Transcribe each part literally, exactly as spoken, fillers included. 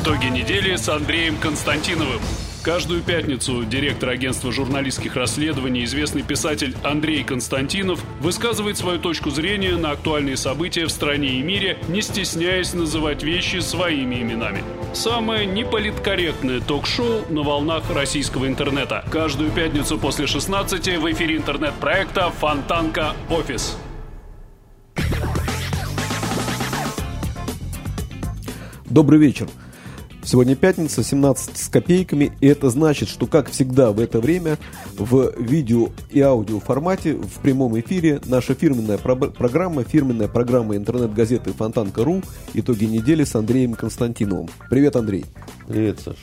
Итоги недели с Андреем Константиновым. Каждую пятницу директор агентства журналистских расследований, известный писатель Андрей Константинов, высказывает свою точку зрения на актуальные события в стране и мире, не стесняясь называть вещи своими именами. Самое неполиткорректное ток-шоу на волнах российского интернета. Каждую пятницу после шестнадцати в эфире интернет-проекта «Фонтанка Офис». Добрый вечер. Сегодня пятница, семнадцать с копейками, и это значит, что, как всегда в это время, в видео и аудио формате, в прямом эфире, наша фирменная про- программа, фирменная программа интернет-газеты «Фонтанка.ру. Итоги недели» с Андреем Константиновым. Привет, Андрей. Привет, Саш.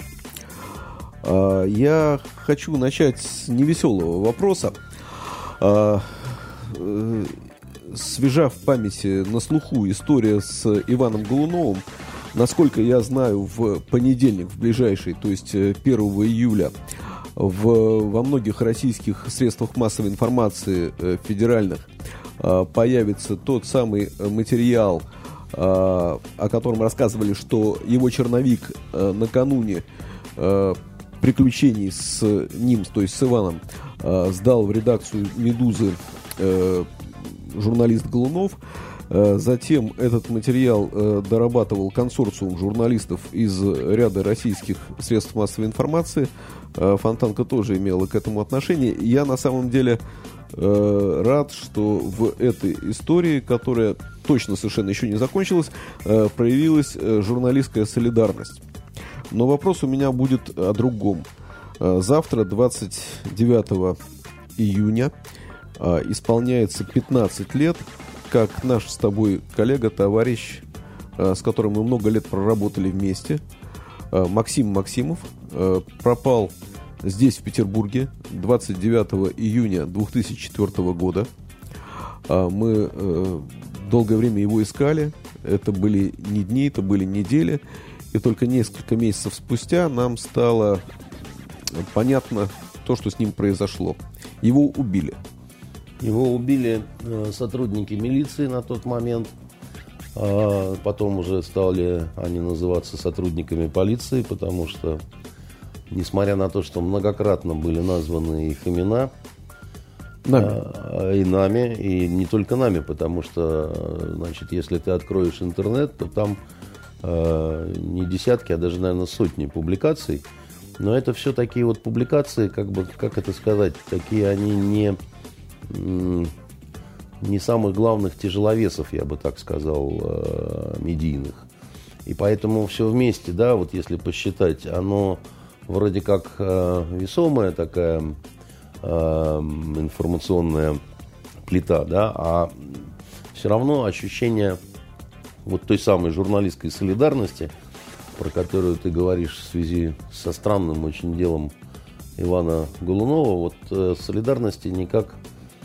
А, я хочу начать с невеселого вопроса. А, э, свежа в памяти на слуху история с Иваном Голуновым. Насколько я знаю, в понедельник, в ближайший, то есть первого июля, в, во многих российских средствах массовой информации э, федеральных э, появится тот самый материал, э, о котором рассказывали, что его черновик э, накануне э, приключений с ним, то есть с Иваном, э, сдал в редакцию «Медузы» э, журналист Голунов. Затем этот материал э, дорабатывал консорциум журналистов из ряда российских средств массовой информации. Э, Фонтанка тоже имела к этому отношение. Я на самом деле э, рад, что в этой истории, которая точно совершенно еще не закончилась, э, проявилась э, журналистская солидарность. Но вопрос у меня будет о другом. Э, завтра, двадцать девятого июня, э, исполняется пятнадцать лет, как наш с тобой коллега, товарищ, э, с которым мы много лет проработали вместе, э, Максим Максимов, э, пропал здесь, в Петербурге, двадцать девятого июня две тысячи четвёртого года. Э, мы э, долгое время его искали. Это были не дни, это были недели. И только несколько месяцев спустя нам стало понятно то, что с ним произошло. Его убили. Его убили э, сотрудники милиции на тот момент. А потом уже стали они называться сотрудниками полиции, потому что, несмотря на то, что многократно были названы их имена, нами. А, и нами, и не только нами, потому что, значит, если ты откроешь интернет, то там э, не десятки, а даже, наверное, сотни публикаций. Но это все такие вот публикации, как бы, как это сказать, такие они не... не самых главных тяжеловесов, я бы так сказал, медийных. И поэтому все вместе, да, вот если посчитать, оно вроде как весомая такая информационная плита, да, а все равно ощущение вот той самой журналистской солидарности, про которую ты говоришь в связи со странным очень делом Ивана Голунова, вот солидарности никак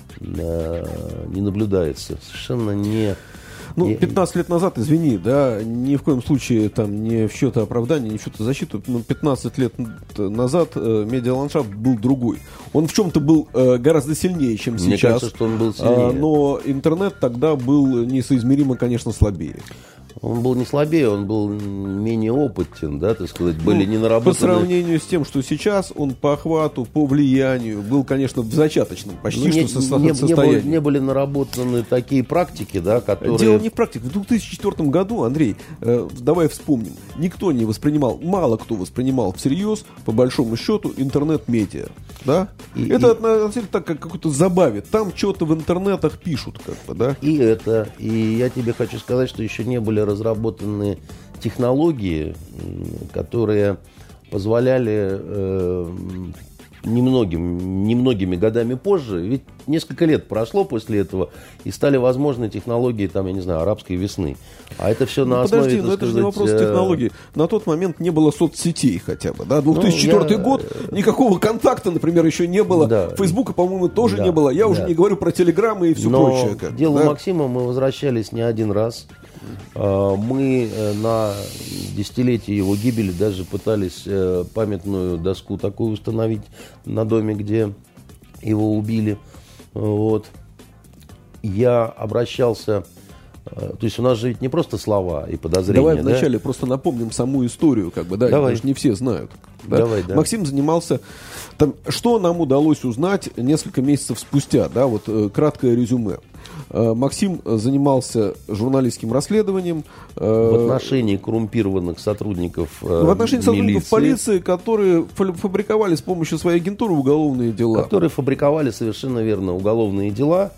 не наблюдается. Совершенно не... Ну, пятнадцать лет назад, извини, да, ни в коем случае там не в счет оправдания, не в счет защиты, но пятнадцать лет назад э, медиаландшафт был другой. Он в чем-то был э, гораздо сильнее, чем Мне сейчас. Мне кажется, что он был сильнее. А, но интернет тогда был несоизмеримо, конечно, слабее. Он был не слабее, он был менее опытен, да, так сказать, были ну, не наработаны... По сравнению с тем, что сейчас, он по охвату, по влиянию был, конечно, в зачаточном почти ну, что не, со- не, состоянии. Не, было, не были наработаны такие практики, да, которые... Дело не в практике. В две тысячи четвёртом году, Андрей, э, давай вспомним, никто не воспринимал, мало кто воспринимал всерьез, по большому счету, интернет-медиа. Да? И, это и... относительно так, как какой-то забаве. Там что-то в интернетах пишут, как бы, да? И это, и я тебе хочу сказать, что еще не были разработаны технологии, которые позволяли э, немногим, немногими годами позже, ведь несколько лет прошло после этого, и стали возможны технологии, там, я не знаю, арабской весны. А это все ну, на подожди, основе, но это сказать, же не вопрос технологий. На тот момент не было соцсетей хотя бы, да? две тысячи четвёртый ну, я... год, никакого контакта, например, еще не было. Да. Фейсбука, по-моему, тоже да. не было. Я да. уже не говорю про телеграммы и все но прочее. К делу да? Максима мы возвращались не один раз. Мы на десятилетие его гибели даже пытались памятную доску такую установить на доме, где его убили. Вот. Я обращался То есть у нас же ведь не просто слова и подозрения. Давай да? вначале просто напомним саму историю, как бы, да, Давай. даже не все знают. Да? Давай, да. Максим занимался, там, что нам удалось узнать несколько месяцев спустя, да, вот э, краткое резюме. Э, Максим занимался журналистским расследованием. Э, В отношении коррумпированных сотрудников э, в отношении сотрудников милиции, полиции, которые фа- фабриковали с помощью своей агентуры уголовные дела. которые фабриковали совершенно верно уголовные дела.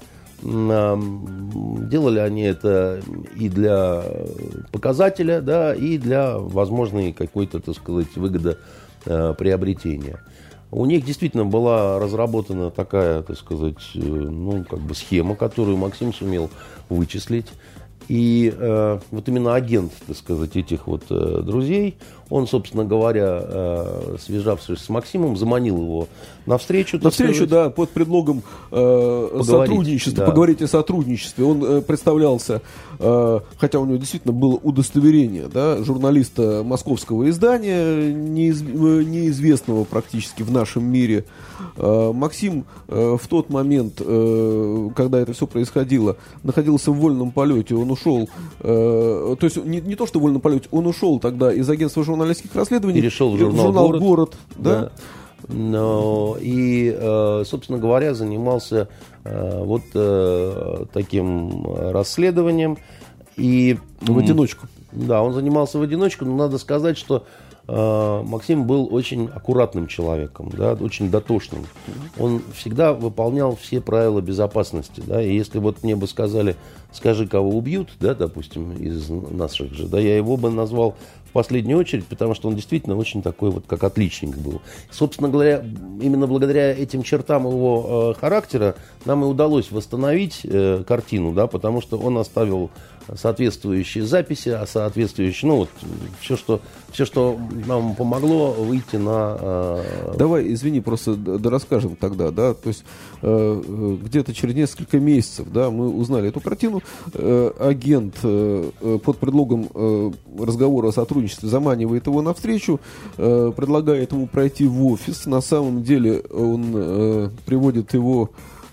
Делали они это и для показателя, да, и для возможной какой-то, так сказать, выгодоприобретения. У них действительно была разработана такая, так сказать, ну, как бы схема, которую Максим сумел вычислить. И э, вот именно агент, так сказать, этих вот э, друзей, он, собственно говоря, э, связавшись с Максимом, заманил его навстречу. На встречу, да, под предлогом э, сотрудничества, да. поговорить о сотрудничестве. Он э, представлялся, э, хотя у него действительно было удостоверение, да, журналиста московского издания, неиз, неизвестного практически в нашем мире. Э, Максим э, в тот момент, э, когда это все происходило, находился в вольном полете. Он ушел, э, то есть не, не то, что в вольном полете, он ушел тогда из агентства журналистских расследований. Перешел в журнал, журнал «Город». «Город», да? Да. Но, и, э, собственно говоря, занимался э, вот э, таким расследованием. И, В одиночку. Да, он занимался в одиночку, но надо сказать, что э, Максим был очень аккуратным человеком, да, очень дотошным. Он всегда выполнял все правила безопасности. Да, и если вот мне бы сказали, скажи, кого убьют, да, допустим, из наших же, да, я его бы назвал в последнюю очередь, потому что он действительно очень такой вот, как отличник был. Собственно говоря, именно благодаря этим чертам его э, характера нам и удалось восстановить э, картину, да, потому что он оставил соответствующие записи, а соответствующие, ну вот, все, что, все, что нам помогло выйти на... Э... Давай, извини, просто да, расскажем тогда, да, то есть э, где-то через несколько месяцев, да, мы узнали эту картину, э, агент э, под предлогом э, разговора о сотрудничестве заманивает его навстречу, э, предлагает ему пройти в офис, на самом деле он э, приводит его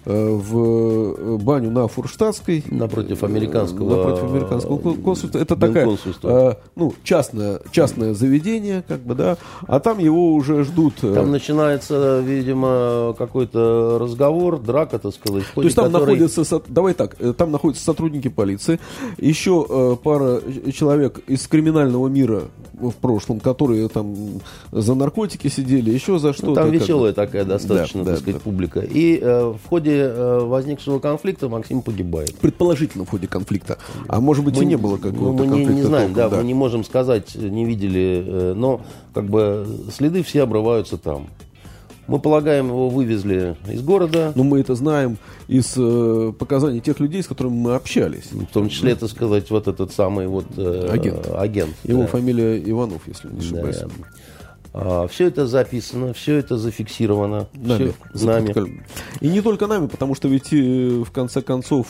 в баню на Фурштадтской. Напротив американского, напротив американского консульства. Это такая, э, ну, частное, частное заведение, как бы, да. А там его уже ждут. Там начинается, видимо, какой-то разговор, драка, так сказать. То есть там которой... находятся, давай так, там находятся сотрудники полиции, еще э, пара человек из криминального мира в прошлом, которые там за наркотики сидели, еще за что-то. Ну, там веселая такая достаточно, да, так да, сказать, да. публика. И э, в ходе возникшего конфликта Максим погибает. Предположительно в ходе конфликта. А может быть мы, и не было какого-то мы конфликта. Мы не знаем, толком, да, да, мы не можем сказать, не видели, но как бы следы все обрываются там. Мы полагаем, его вывезли из города. Но мы это знаем из э, показаний тех людей, с которыми мы общались. В том числе, это сказать, вот этот самый вот э, агент. агент. Его да. фамилия Иванов, если не ошибаюсь. Да. А, все это записано, все это зафиксировано. Нами. Все, нами. И не только нами, потому что ведь в конце концов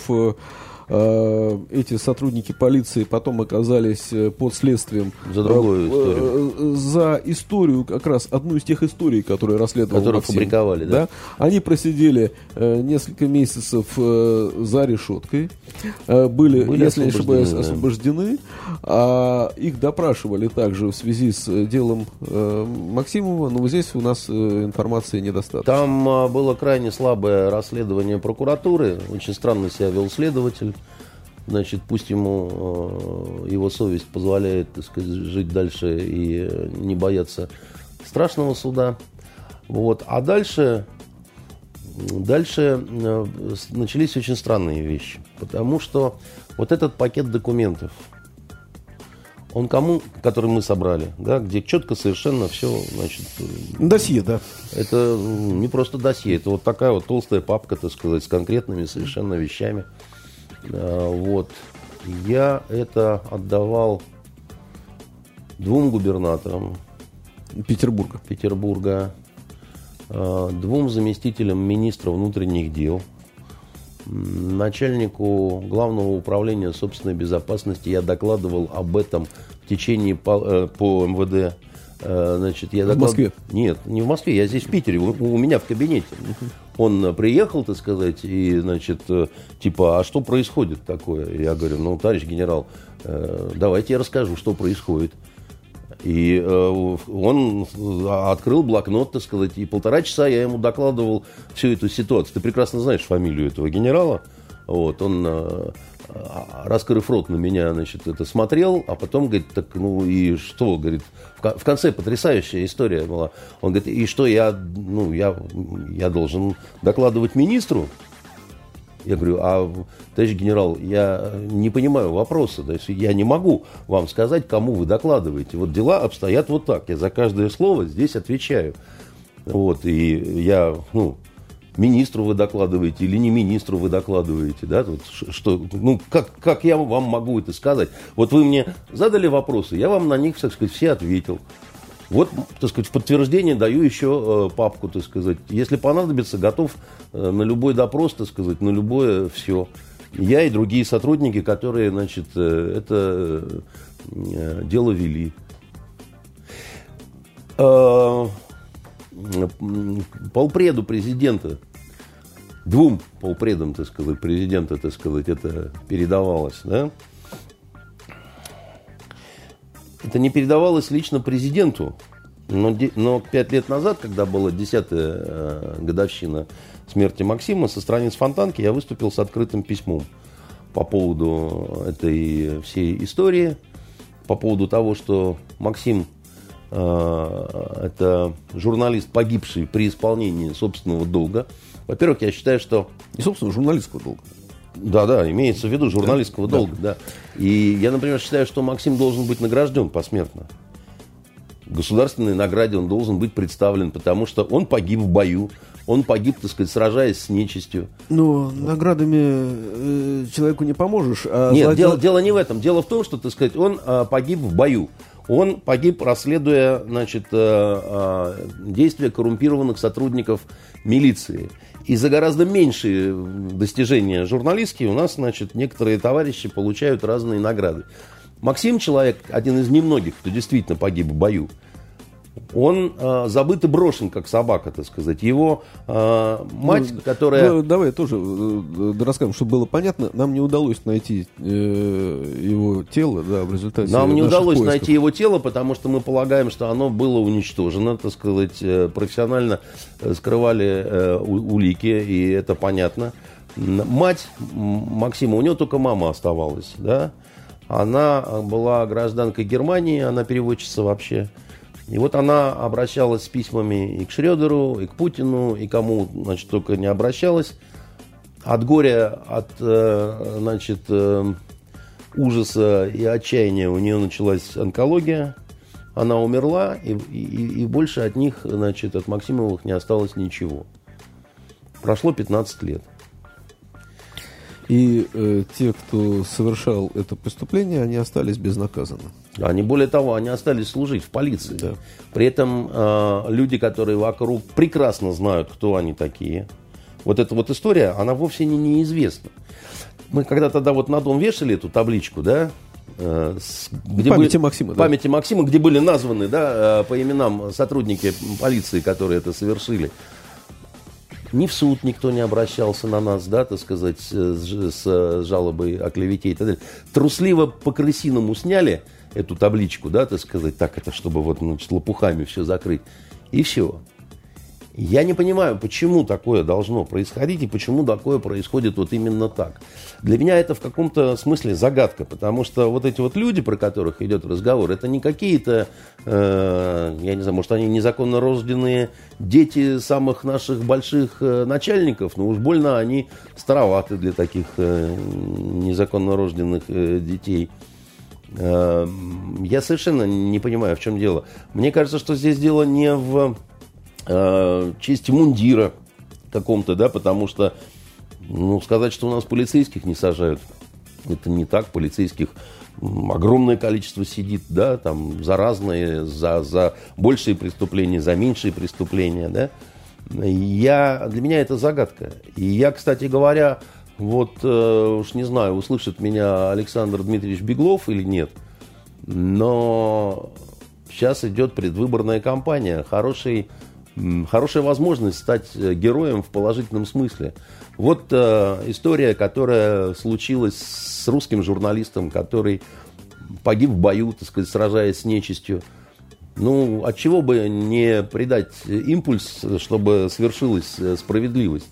эти сотрудники полиции потом оказались под следствием за другую историю. За историю, как раз одну из тех историй, которые расследовал Которые Максим, фабриковали, да? да? Они просидели несколько месяцев за решеткой, были, были если не ошибаюсь, да. освобождены, а их допрашивали также в связи с делом Максимова, но здесь у нас информации недостаточно. Там было крайне слабое расследование прокуратуры, очень странно себя вел следователь. Значит, пусть ему э, его совесть позволяет, так сказать, жить дальше и не бояться страшного суда. Вот. А дальше, дальше э, начались очень странные вещи. Потому что вот этот пакет документов, он кому, который мы собрали, да, где четко совершенно все, значит... Досье, да. Это не просто досье, это вот такая вот толстая папка, так сказать, с конкретными совершенно вещами. Вот. Я это отдавал двум губернаторам Петербурга, Петербурга, двум заместителям министра внутренних дел, начальнику Главного управления собственной безопасности. Я докладывал об этом в течение по, по эм вэ дэ. Значит, я в доклад... Москве? Нет, не в Москве, я здесь в Питере, у, у меня в кабинете. он приехал, так сказать, и, значит, типа, а что происходит такое? Я говорю, ну, товарищ генерал, давайте я расскажу, что происходит. И он открыл блокнот, так сказать, и полтора часа я ему докладывал всю эту ситуацию. Ты прекрасно знаешь фамилию этого генерала. Вот, он, раскрыв рот, на меня, значит, это смотрел, а потом говорит, так, ну и что, говорит, в конце потрясающая история была. Он говорит, и что, я, ну, я, я должен докладывать министру? Я говорю, а, товарищ генерал, я не понимаю вопроса, то есть я не могу вам сказать, кому вы докладываете. Вот дела обстоят вот так, я за каждое слово здесь отвечаю. Вот, и я, ну... Министру вы докладываете или не министру вы докладываете, да, вот что, ну, как, как я вам могу это сказать? Вот вы мне задали вопросы, я вам на них, так сказать, все ответил. Вот, так сказать, в подтверждение даю еще э, папку, так сказать. Если понадобится, готов э, на любой допрос, так сказать, на любое все. Я и другие сотрудники, которые, значит, э, это э, дело вели. Э, полпреду президента, двум полпредам, так сказать, президента, так сказать, это передавалось, да? Это не передавалось лично президенту, но, но пять лет назад, когда была десятая э, годовщина смерти Максима, со страниц Фонтанки я выступил с открытым письмом по поводу этой всей истории, по поводу того, что Максим это журналист, погибший при исполнении собственного долга. Во-первых, я считаю, что... И, собственно, журналистского долга. Да, да, имеется в виду журналистского да, долга, да. да. И я, например, считаю, что Максим должен быть награжден посмертно. В государственной награде он должен быть представлен, потому что он погиб в бою, он погиб, так сказать, сражаясь с нечистью. Но наградами э, человеку не поможешь. А Нет, золотил... дело, дело не в этом. Дело в том, что, так сказать, он э, погиб в бою. Он погиб, расследуя, значит, действия коррумпированных сотрудников милиции. И за гораздо меньшие достижения журналистские у нас, значит, некоторые товарищи получают разные награды. Максим человек, один из немногих, кто действительно погиб в бою. Он э, забыт и брошен, как собака, так сказать. Его э, мать, ну, которая... Ну, давай тоже э, расскажем, чтобы было понятно. Нам не удалось найти э, его тело, да, в результате Нам не удалось поисков. найти его тело, потому что мы полагаем, что оно было уничтожено, так сказать, профессионально скрывали э, улики, и это понятно. Мать Максима, у него только мама оставалась, да. Она была гражданкой Германии, она переводчица вообще. И вот она обращалась с письмами и к Шрёдеру, и к Путину, и кому, значит, только не обращалась. От горя, от, значит, ужаса и отчаяния у нее началась онкология. Она умерла, и, и, и больше от них, значит, от Максимовых не осталось ничего. Прошло пятнадцать лет. И э, те, кто совершал это преступление, они остались безнаказанны. Они, более того, они остались служить в полиции. Да. При этом э, люди, которые вокруг, прекрасно знают, кто они такие. Вот эта вот история, она вовсе не неизвестна. Мы когда тогда вот на дом вешали эту табличку, да, э, с, где памяти были, Максима, да. памяти Максима, где были названы, да, по именам сотрудники полиции, которые это совершили. Ни в суд никто не обращался на нас, да, так сказать, с, с жалобой о клевете и так далее. Трусливо по-крысиному сняли эту табличку, да, так сказать, так это, чтобы вот, значит, лопухами все закрыть. И все. Я не понимаю, почему такое должно происходить и почему такое происходит вот именно так. Для меня это в каком-то смысле загадка, потому что вот эти вот люди, про которых идет разговор, это не какие-то, э, я не знаю, может, они незаконно рожденные дети самых наших больших э, начальников, но уж больно они староваты для таких э, незаконно рожденных э, детей. Э, я совершенно не понимаю, в чем дело. Мне кажется, что здесь дело не в честь мундира каком-то, да, потому что, ну, сказать, что у нас полицейских не сажают, это не так. Полицейских огромное количество сидит, да, там, за разные, за, за большие преступления, за меньшие преступления, да. Я, для меня это загадка. И я, кстати говоря, вот, э, уж не знаю, услышит меня Александр Дмитриевич Беглов или нет, но сейчас идет предвыборная кампания. Хороший хорошая возможность стать героем в положительном смысле. Вот э, история, которая случилась с русским журналистом, который погиб в бою, так сказать, сражаясь с нечистью. Ну, от чего бы не придать импульс, чтобы свершилась справедливость?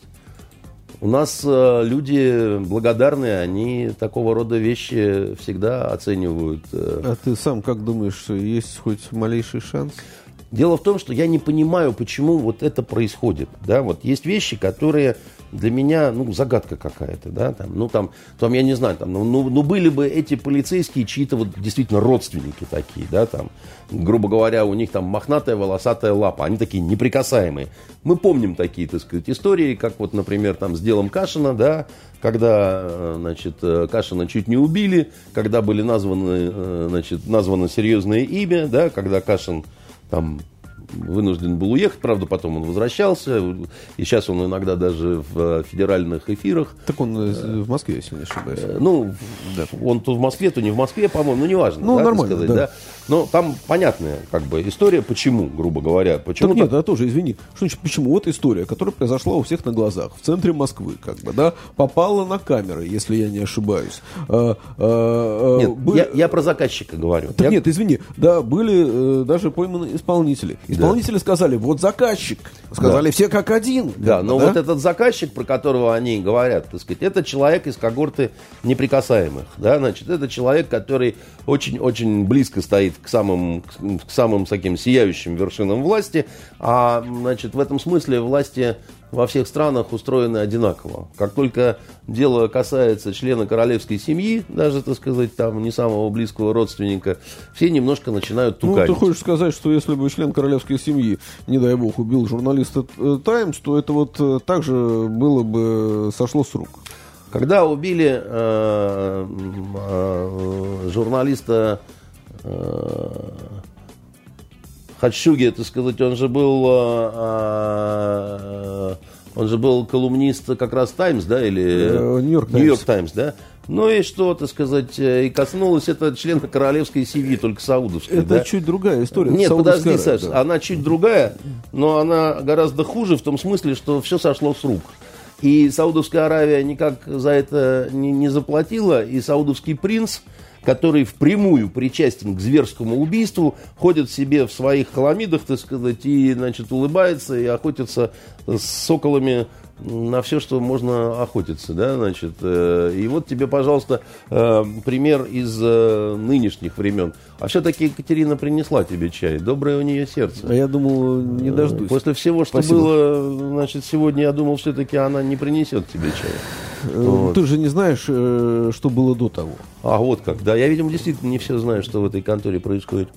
У нас э, люди благодарные, они такого рода вещи всегда оценивают. Э. А ты сам как думаешь, есть хоть малейший шанс? Дело в том, что я не понимаю, почему вот это происходит. Да? Вот есть вещи, которые для меня, ну, загадка какая-то, да, там, ну, там, там, я не знаю, там, ну, ну, ну, были бы эти полицейские чьи-то вот действительно родственники такие, да, там, грубо говоря, у них там мохнатая волосатая лапа, они такие неприкасаемые. Мы помним такие, так сказать, истории, как вот, например, там, с делом Кашина, да, когда, значит, Кашина чуть не убили, когда были названы, значит, названо серьезное имя, да, когда Кашин там вынужден был уехать, правда, потом он возвращался, и сейчас он иногда даже в федеральных эфирах. Так он в Москве, если не ошибаюсь. Ну, да. Он то в Москве, то не в Москве, по-моему, ну, неважно. Ну, да, нормально, сказать, да. да. Но там понятная, как бы, история, почему, грубо говоря. Почему так нет, так... да, тоже, извини. Что значит, почему? Вот история, которая произошла у всех на глазах, в центре Москвы, как бы, да, попала на камеры, если я не ошибаюсь. А, а, нет, были... я, я про заказчика говорю. Так я... нет, извини, да, были э, даже пойманы исполнители. Исполнители да. сказали, вот заказчик. Сказали да. все как один. Да, но да? вот этот заказчик, про которого они говорят, так сказать, это человек из когорты неприкасаемых. Да, значит, это человек, который очень-очень близко стоит к самым, к самым таким сияющим вершинам власти. А, значит, в этом смысле власти во всех странах устроены одинаково. Как только дело касается члена королевской семьи, даже, так сказать, там не самого близкого родственника, все немножко начинают туканить. Ну, ты хочешь сказать, что если бы член королевской семьи, не дай бог, убил журналиста «Таймс», то это вот также было бы сошло с рук? Когда убили э, э, журналиста э, Хачуги, так сказать, он же был, э, он же был колумнист как раз «Таймс», да, или «Нью-Йорк Таймс», «Нью-Йорк Таймс», да? Ну и что, так сказать, и коснулось это члена королевской семьи, только саудовской. Это да? чуть другая история. Нет, подожди, Аравия, Саш, да. она чуть другая, но она гораздо хуже в том смысле, что все сошло с рук. И Саудовская Аравия никак за это не, не заплатила, и саудовский принц, который впрямую причастен к зверскому убийству, ходит себе в своих халамидах, так сказать, и, значит, улыбается и охотится с соколами на все, что можно охотиться, да, значит, э, и вот тебе, пожалуйста, э, пример из э, нынешних времен. А все-таки Екатерина принесла тебе чай, доброе у нее сердце. А я думал, не дождусь. После всего, что Спасибо. было, значит, сегодня, я думал, все-таки она не принесет тебе чай. Вот. Ты же не знаешь, что было до того. А вот как, да, я, видимо, действительно не все знаю, что в этой конторе происходит.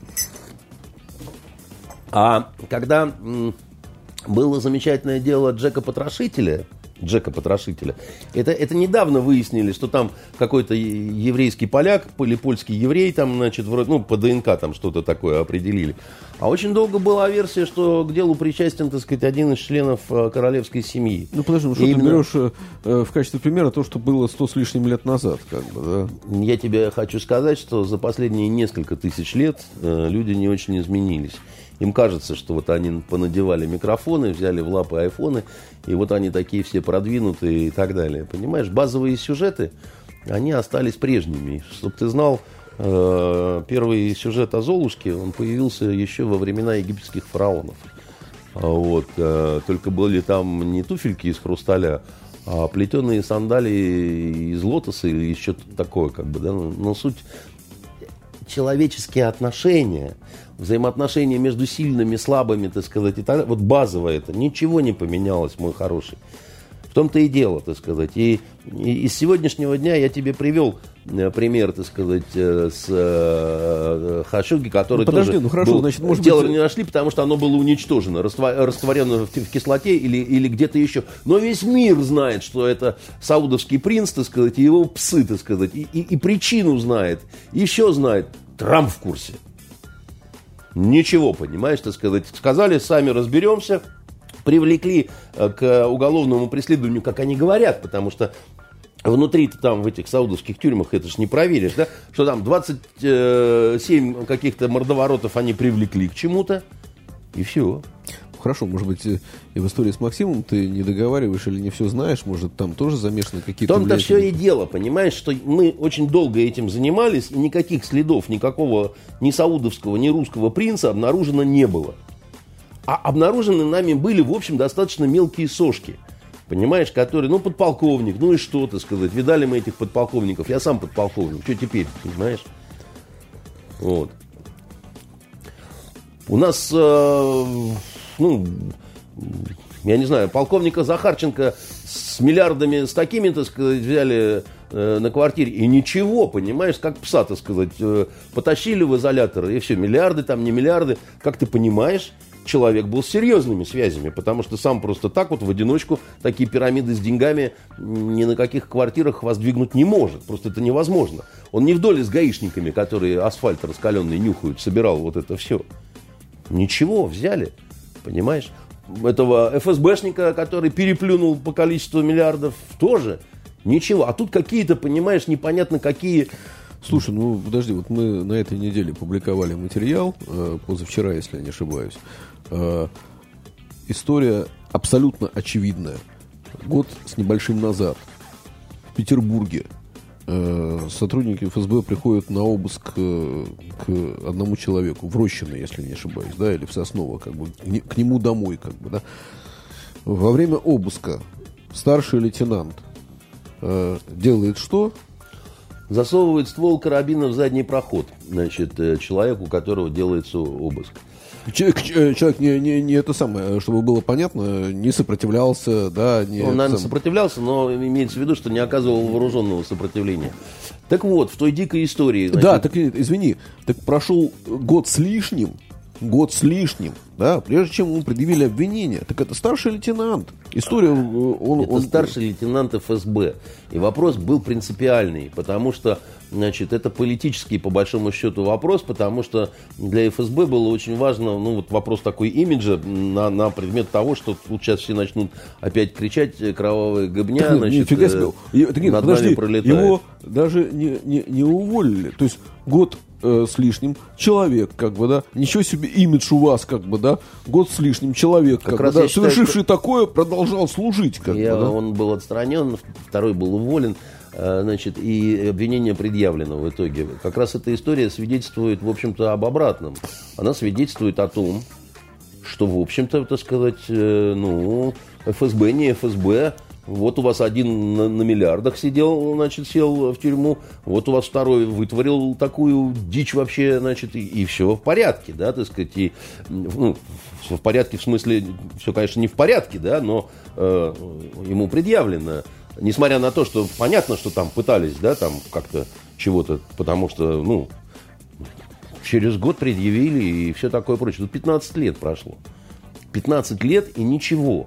А когда... было замечательное дело Джека Потрошителя. Джека Потрошителя. Это, это недавно выяснили, что там какой-то еврейский поляк или польский еврей, там, значит, вроде, ну, по ДНК там что-то такое определили. А очень долго была версия, что к делу причастен, так сказать, один из членов королевской семьи. Ну, подожди, ну что именно... ты берешь э, в качестве примера то, что было сто с лишним лет назад, как бы, да? Я тебе хочу сказать, что за последние несколько тысяч лет э, люди не очень изменились. Им кажется, что вот они понадевали микрофоны, взяли в лапы айфоны, и вот они такие все продвинутые и так далее. Понимаешь, базовые сюжеты, они остались прежними. Чтобы ты знал, первый сюжет о Золушке, он появился еще во времена египетских фараонов. Вот. Только были там не туфельки из хрусталя, а плетеные сандалии из лотоса или что-то такое. Как бы, да? Но суть... человеческие отношения, взаимоотношения между сильными, слабыми, так сказать, и так далее, вот базовое это, ничего не поменялось, мой хороший. В том-то и дело, так сказать. И, и из сегодняшнего дня я тебе привел пример, так сказать, с э, Хашуги, который ну, подожди, тоже ну, хорошо, был, значит, может тело быть... не нашли, потому что оно было уничтожено, растворено в, в кислоте или, или где-то еще. Но весь мир знает, что это саудовский принц, так сказать, и его псы, так сказать, и, и, и причину знает, еще знает. Трамп в курсе. Ничего, понимаешь, так сказать. Сказали, сами разберемся. Привлекли к уголовному преследованию, как они говорят, потому что внутри-то там в этих саудовских тюрьмах это ж не проверишь, да, что там двадцать семь каких-то мордоворотов они привлекли к чему-то, и все. хорошо, может быть, и в истории с Максимом ты не договариваешь или не все знаешь, может, там тоже замешаны какие-то... В том-то все и дело, понимаешь, что мы очень долго этим занимались, и никаких следов, никакого ни саудовского, ни русского принца обнаружено не было. А обнаружены нами были, в общем, достаточно мелкие сошки, понимаешь, которые, ну, подполковник, ну и что, так сказать, видали мы этих подполковников, я сам подполковник, что теперь, понимаешь? Вот. У нас, э, ну, я не знаю, полковника Захарченко с миллиардами, с такими, так сказать, взяли э, на квартире, и ничего, понимаешь, как пса, так сказать, э, потащили в изолятор, и все, миллиарды там, не миллиарды, как ты понимаешь, человек был с серьезными связями, потому что сам просто так вот в одиночку такие пирамиды с деньгами ни на каких квартирах воздвигнуть не может. Просто это невозможно. Он не в доле с гаишниками, которые асфальт раскаленный нюхают, собирал вот это все. Ничего, взяли, понимаешь? Этого эф эс бэшника, который переплюнул по количеству миллиардов, тоже ничего. А тут какие-то, понимаешь, непонятно какие... Слушай, ну подожди, вот мы на этой неделе публиковали материал, э, позавчера, если я не ошибаюсь. Э, история абсолютно очевидная. Год с небольшим назад в Петербурге э, сотрудники эф эс бэ приходят на обыск э, к одному человеку, в Рощино, если не ошибаюсь, да, или в Сосново, как бы, к, не, к нему домой, как бы, да. Во время обыска старший лейтенант э, делает что? Засовывает ствол карабина в задний проход, значит, человеку, у которого делается обыск. Человек, человек не, не, не это самое, чтобы было понятно, не сопротивлялся, да, не... Он, наверное, сам... сопротивлялся, но имеется в виду, что не оказывал вооруженного сопротивления. Так вот, в той дикой истории... Значит... Да, так, извини, так прошел год с лишним, год с лишним, да, прежде чем ему предъявили обвинение. Так это старший лейтенант. История... Он, это он... старший лейтенант эф эс бэ. И вопрос был принципиальный, потому что, значит, это политический, по большому счету, вопрос, потому что для эф эс бэ было очень важно, ну, вот вопрос такой имиджа на, на предмет того, что тут сейчас все начнут опять кричать кровавая гобня, так, значит, нифига себе. э, Так, нет, над подожди, нами пролетает. Его даже не, не, не уволили. То есть год э, с лишним человек, как бы, да, ничего себе имидж у вас, как бы, да, год с лишним человек, как, как бы, да, совершивший что... такое, продолжал служить, как Я, бы, да? Он был отстранен, второй был уволен, значит, и обвинение предъявлено в итоге. Как раз эта история свидетельствует, в общем-то, об обратном. Она свидетельствует о том, что, в общем-то, так сказать, ну, эф эс бэ не эф эс бэ. Вот у вас один на, на миллиардах сидел, значит, сел в тюрьму. Вот у вас второй вытворил такую дичь вообще, значит, и, и все в порядке, да, так сказать. И, ну, все в порядке, в смысле, все, конечно, не в порядке, да, но э, ему предъявлено. Несмотря на то, что понятно, что там пытались, да, там как-то чего-то, потому что, ну, через год предъявили и все такое прочее. Тут пятнадцать лет прошло. пятнадцать лет и ничего.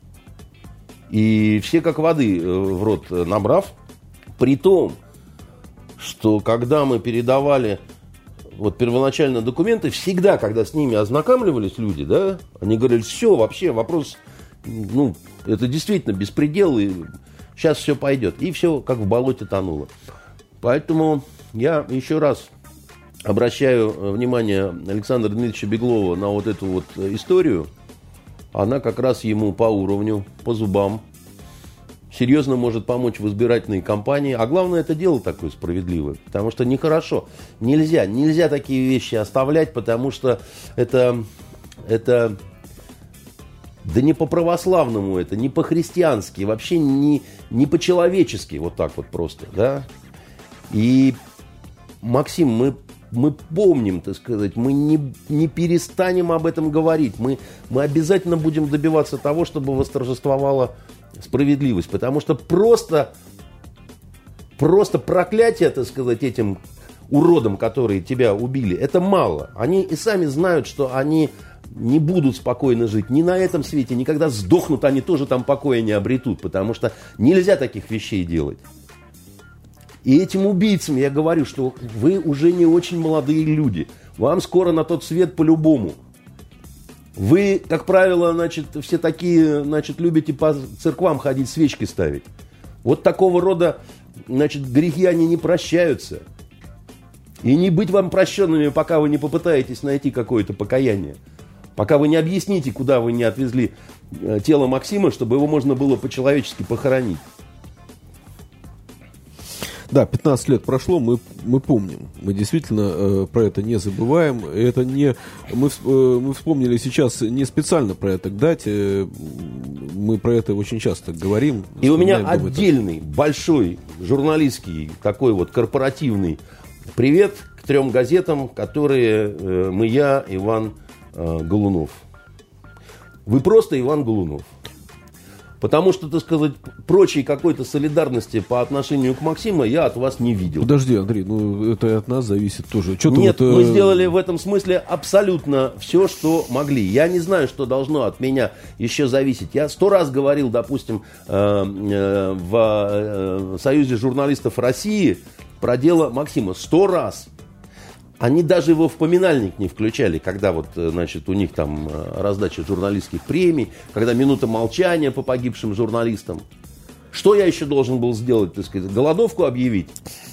И все как воды в рот набрав, при том, что когда мы передавали вот первоначально документы, всегда, когда с ними ознакомливались люди, да, они говорили, все, вообще вопрос, ну, это действительно беспредел, и сейчас все пойдет. И все как в болоте тонуло. Поэтому я еще раз обращаю внимание Александра Дмитриевича Беглова на вот эту вот историю. Она как раз ему по уровню, по зубам, серьезно может помочь в избирательной кампании. А главное, это дело такое справедливое, потому что нехорошо. Нельзя, нельзя такие вещи оставлять, потому что это, это да не по-православному это, не по-христиански, вообще не, не по-человечески, вот так вот просто, да. И, Максим, мы Мы помним, так сказать, мы не, не перестанем об этом говорить. Мы, мы обязательно будем добиваться того, чтобы восторжествовала справедливость. Потому что просто, просто проклятие, так сказать, этим уродам, которые тебя убили, это мало. Они и сами знают, что они не будут спокойно жить ни на этом свете, ни когда сдохнут, они тоже там покоя не обретут. Потому что нельзя таких вещей делать. И этим убийцам я говорю, что вы уже не очень молодые люди. Вам скоро на тот свет по-любому. Вы, как правило, значит, все такие, значит, любите по церквам ходить, свечки ставить. Вот такого рода, значит, грехи, они не прощаются. И не быть вам прощенными, пока вы не попытаетесь найти какое-то покаяние. Пока вы не объясните, куда вы не отвезли тело Максима, чтобы его можно было по-человечески похоронить. Да, пятнадцать лет прошло, мы, мы помним. Мы действительно э, про это не забываем. Это не, мы, э, мы вспомнили сейчас не специально про это дать. Э, мы про это очень часто говорим. И у меня отдельный, большой, журналистский, такой вот корпоративный привет к трем газетам, которые э, мы, я, Иван э, Голунов. Вы просто Иван Голунов. Потому что, так сказать, прочей какой-то солидарности по отношению к Максиму я от вас не видел. Подожди, Андрей, ну это от нас зависит тоже. Что-то Нет, вот, мы э... сделали в этом смысле абсолютно все, что могли. Я не знаю, что должно от меня еще зависеть. Я сто раз говорил, допустим, э, э, в э, Союзе журналистов России про дело Максима. Сто раз. Они даже его в поминальник не включали, когда вот, значит, у них там раздача журналистских премий, когда минута молчания по погибшим журналистам. Что я еще должен был сделать, так сказать? Голодовку объявить?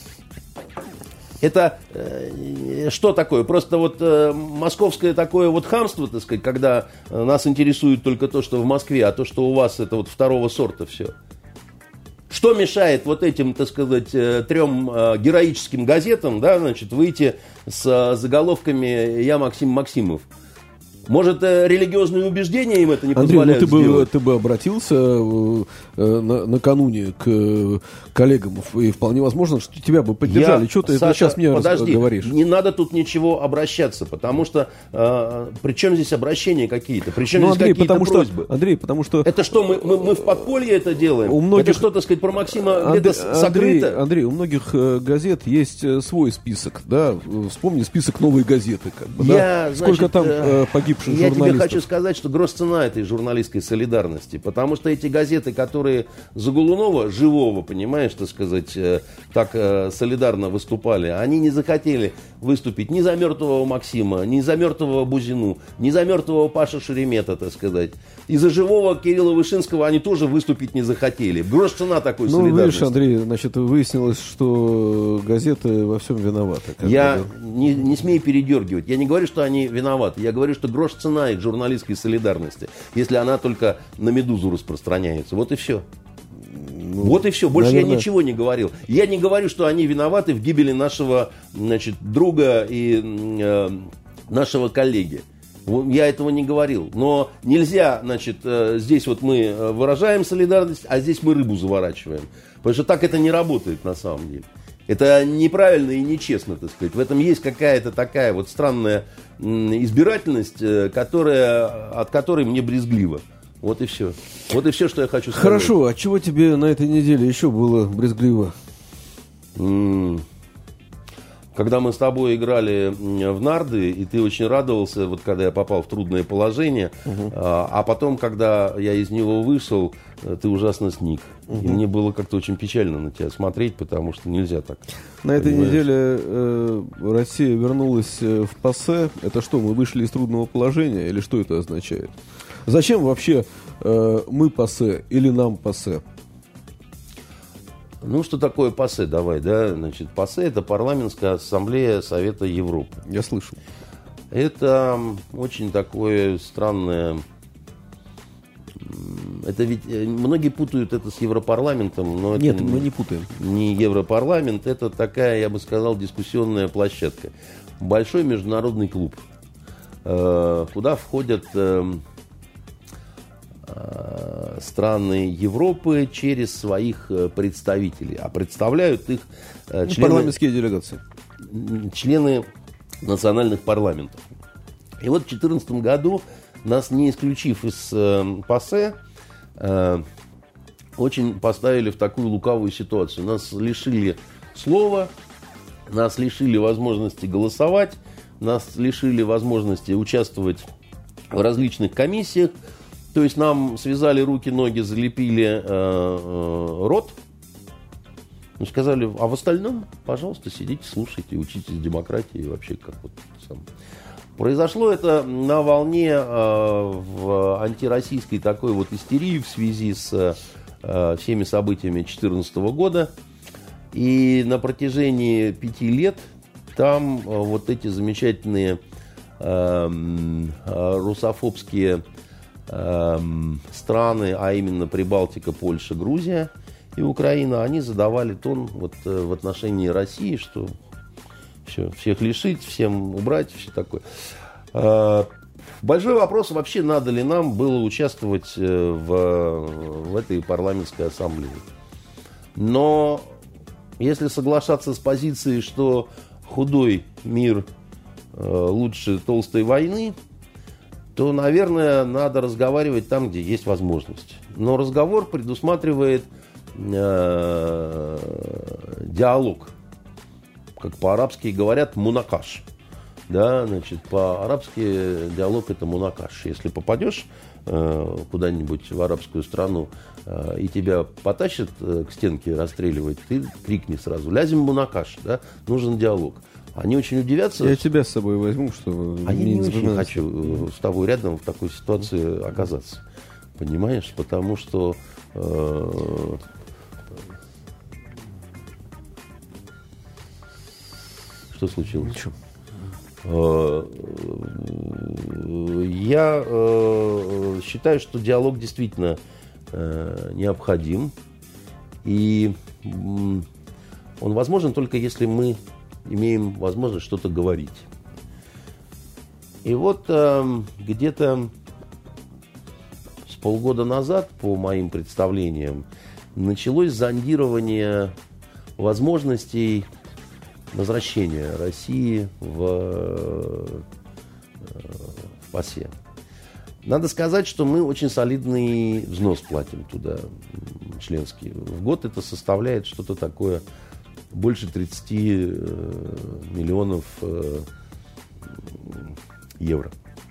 Это э, что такое? Просто вот э, московское такое вот хамство, так сказать, когда нас интересует только то, что в Москве, а то, что у вас, это вот второго сорта все. Что мешает вот этим, так сказать, трем героическим газетам, да, значит, выйти с заголовками «Я Максим Максимов»? Может, религиозные убеждения им это не Андрей, позволяют ну ты сделать? бы, ты бы обратился э, на, накануне к э, коллегам, и вполне возможно, что тебя бы поддержали. Я, что ты Саша, это сейчас мне подожди, говоришь? Не надо тут ничего обращаться, потому что э, при чем здесь обращения какие-то? При чем ну, здесь Андрей, какие-то потому просьбы? Что, Андрей, потому что... Это что, мы, мы, мы в подполье это делаем? У многих... Это что, так сказать, про Максима Андрей, где-то сокрыто? Андрей, Андрей, у многих э, газет есть э, свой список, да? Вспомни список «Новой газеты», как бы, Я, да? Сколько значит, там э, погибших я журналистов? Я тебе хочу сказать, что грош цена этой журналистской солидарности. Потому что эти газеты, которые за Голунова, живого, понимаешь, так сказать, э, так э, солидарно выступали, они не захотели выступить ни за мертвого Максима, ни за мертвого Бузину, ни за мертвого Паша Шеремета, так сказать. И за живого Кирилла Вышинского они тоже выступить не захотели. Грош цена такой ну, солидарности. видишь, Андрей, значит, выяснилось, что газеты во всем виноваты. Я бы, да? не, не смею передергивать. Я не говорю, что они виноваты. Я говорю, что грош цена их журналистской солидарности, если она только на «Медузу» распространяется. Вот и все. Ну, вот и все. Больше наверное... я ничего не говорил. Я не говорю, что они виноваты в гибели нашего, значит, друга и э, нашего коллеги. Я этого не говорил. Но нельзя, значит, э, здесь вот мы выражаем солидарность, а здесь мы рыбу заворачиваем. Потому что так это не работает на самом деле. Это неправильно и нечестно, так сказать. В этом есть какая-то такая вот странная избирательность, которая, от которой мне брезгливо. Вот и все. Вот и все, что я хочу сказать. Хорошо, а чего тебе на этой неделе еще было брезгливо? Когда мы с тобой играли в нарды, и ты очень радовался, вот когда я попал в трудное положение, угу. а, а потом, когда я из него вышел, ты ужасно сник. Угу. И мне было как-то очень печально на тебя смотреть, потому что нельзя так. На этой понимаешь? неделе э, Россия вернулась в ПАСЕ. Это что, мы вышли из трудного положения? Или что это означает? Зачем вообще э, мы ПАСЕ или нам ПАСЕ? Ну, что такое ПАСЕ, давай, да? Значит, ПАСЕ – это парламентская ассамблея Совета Европы. Я слышал. Это очень такое странное... Это ведь многие путают это с Европарламентом, но Нет, это мы не путаем. Не Европарламент, это такая, я бы сказал, дискуссионная площадка. Большой международный клуб, куда входят страны Европы через своих представителей, а представляют их члены, парламентские делегации, члены национальных парламентов. И вот в две тысячи четырнадцатом году нас, не исключив из э, ПАСЕ, э, очень поставили в такую лукавую ситуацию. Нас лишили слова, нас лишили возможности голосовать, нас лишили возможности участвовать в различных комиссиях. То есть нам связали руки, ноги, залепили э, э, рот. Ну, сказали, а в остальном, пожалуйста, сидите, слушайте, учитесь демократии и вообще как вот сам. Произошло это на волне э, в антироссийской такой вот истерии в связи с э, всеми событиями две тысячи четырнадцатого года. И на протяжении пяти лет там э, вот эти замечательные э, русофобские э, страны, а именно Прибалтика, Польша, Грузия и Украина, они задавали тон вот, э, в отношении России, что все, всех лишить, всем убрать, все такое. Э, большой вопрос, вообще надо ли нам было участвовать в, в этой парламентской ассамблее. Но если соглашаться с позицией, что худой мир э, лучше толстой войны, то, наверное, надо разговаривать там, где есть возможность. Но разговор предусматривает э, диалог. Как по-арабски говорят, мунакаш. Да, значит, по-арабски диалог это мунакаш. Если попадешь э, куда-нибудь в арабскую страну э, и тебя потащат э, к стенке расстреливать, ты крикни сразу: лязем мунакаш, да, нужен диалог. Они очень удивятся. Я тебя с собой возьму, чтобы... А я не очень хочу с тобой рядом в такой ситуации оказаться. Понимаешь? Потому что... Э, что случилось? Ничего. Я э, считаю, что диалог действительно э, необходим. И э, он возможен только если мы имеем возможность что-то говорить. И вот э, где-то с полгода назад, по моим представлениям, началось зондирование возможностей возвращения России в, в ПАСЕ. Надо сказать, что мы очень солидный взнос платим туда, членский. В год это составляет что-то такое больше тридцати миллионов евро.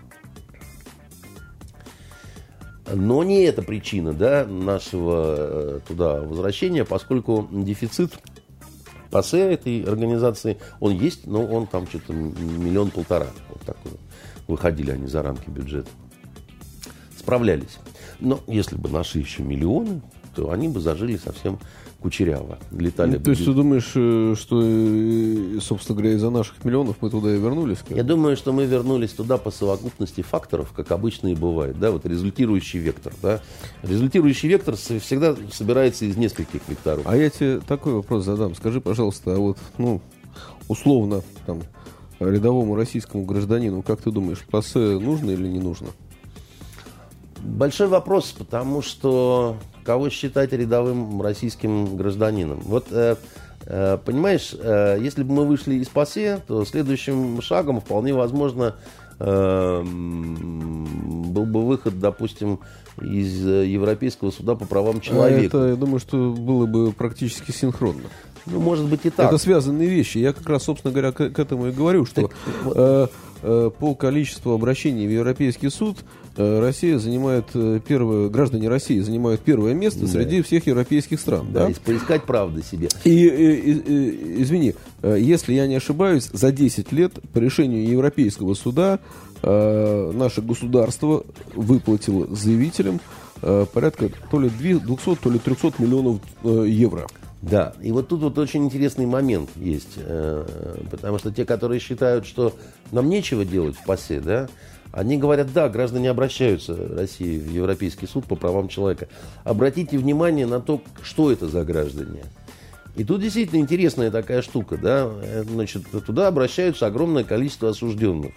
Но не это причина, да, нашего туда возвращения, поскольку дефицит ПАСЕ этой организации, он есть, но он там что-то миллион-полтора. Вот такой. Выходили они за рамки бюджета. Справлялись. Но если бы нашли еще миллионы, то они бы зажили совсем кучеряво. Летали ну, бы... То есть ты думаешь, что, собственно говоря, из-за наших миллионов мы туда и вернулись? Как? Я думаю, что мы вернулись туда по совокупности факторов, как обычно и бывает. Да? Вот результирующий вектор. Да? Результирующий вектор всегда собирается из нескольких векторов. А я тебе такой вопрос задам. Скажи, пожалуйста, а вот, ну, условно, там, рядовому российскому гражданину, как ты думаешь, ПАСЕ нужно или не нужно? Большой вопрос, потому что кого считать рядовым российским гражданином? Вот, э, э, понимаешь, э, если бы мы вышли из ПАСЕ, то следующим шагом вполне возможно э, был бы выход, допустим, из Европейского суда по правам человека. А это, я думаю, что было бы практически синхронно. Ну, может быть и так. Это связанные вещи. Я как раз, собственно говоря, к, к этому и говорю, что так, э, э, по количеству обращений в Европейский суд э, Россия занимает э, первое, граждане России занимают первое место, да, среди всех европейских стран. Да, да? И поискать правды себе. И, и, и, и извини, э, если я не ошибаюсь, за десять лет по решению Европейского суда э, наше государство выплатило заявителям э, порядка то ли двухсот, то ли трехсот миллионов э, евро. Да, и вот тут вот очень интересный момент есть, э, потому что те, которые считают, что нам нечего делать в ПАСЕ, да, они говорят: да, граждане обращаются в России в Европейский суд по правам человека. Обратите внимание на то, что это за граждане. И тут действительно интересная такая штука, да, значит, туда обращаются огромное количество осужденных.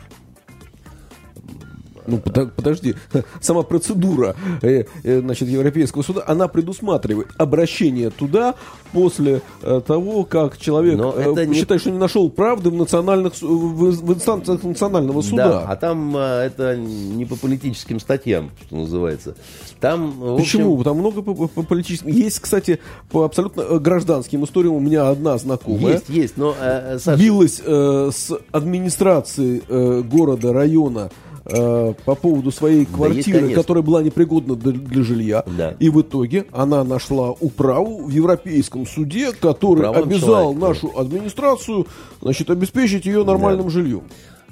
Ну, подожди, сама процедура э, э, значит, Европейского суда, она предусматривает обращение туда после э, того, как человек э, не... считает, что не нашел правды в, национальных, в, в инстанциях национального суда. Да, а там э, это не по политическим статьям, что называется. Там, в общем... Почему? Там много по, по политическим. Есть, кстати, по абсолютно гражданским историям. У меня одна знакомая. Есть, есть, но... Э, Саша... Билась э, с администрацией э, города, района, по поводу своей квартиры, да, есть, которая была непригодна для, для жилья. Да. И в итоге она нашла управу в Европейском суде, который Правом обязал человека. нашу администрацию, значит, обеспечить ее нормальным да. жильем.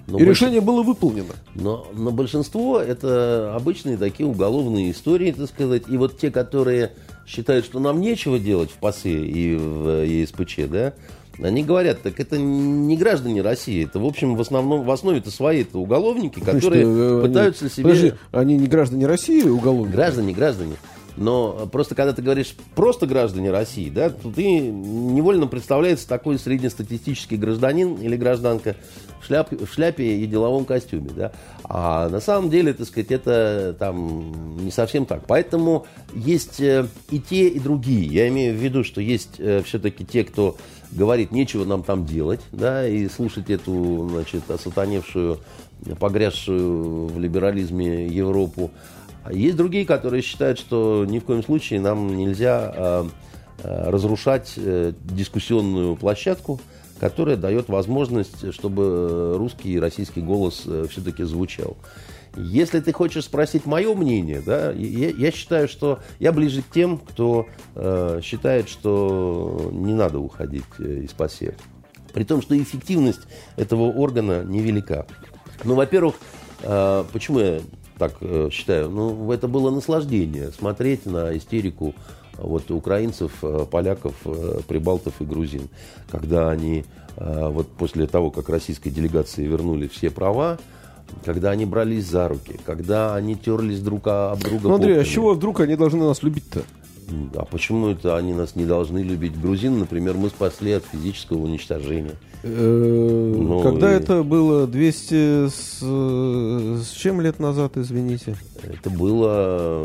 Но и больш... решение было выполнено. Но, но большинство это обычные такие уголовные истории, так сказать. И вот те, которые считают, что нам нечего делать в ПАСЕ и в ЕСПЧ, да, они говорят, так это не граждане России, это, в общем, в основном, в основе-то свои это уголовники, которые Значит, пытаются они, себе... Подожди, они не граждане России, уголовники? Граждане, граждане. Но просто когда ты говоришь просто граждане России, да, то ты невольно представляется такой среднестатистический гражданин или гражданка в шляпе, в шляпе и деловом костюме, да. А на самом деле, так сказать, это там не совсем так. Поэтому есть и те, и другие. Я имею в виду, что есть все-таки те, кто говорит, нечего нам там делать, да, и слушать эту, значит, осатаневшую, погрязшую в либерализме Европу. Есть другие, которые считают, что ни в коем случае нам нельзя э, э, разрушать э, дискуссионную площадку, которая дает возможность, чтобы русский и российский голос э, все-таки звучал. Если ты хочешь спросить мое мнение, да, я, я считаю, что я ближе к тем, кто э, считает, что не надо уходить э, из ПАСЕ. При том, что эффективность этого органа невелика. Ну, во-первых, э, почему я так э, считаю? Ну, это было наслаждение смотреть на истерику вот, украинцев, поляков, прибалтов и грузин, когда они э, вот после того, как российской делегации вернули все права, когда они брались за руки, когда они терлись друг об друга. Ну, Андрей, попками. а с чего вдруг они должны нас любить-то? А почему это они нас не должны любить? Грузин, например, мы спасли от физического уничтожения. Ну, когда и... это было двести с, с чем лет назад, извините? Это было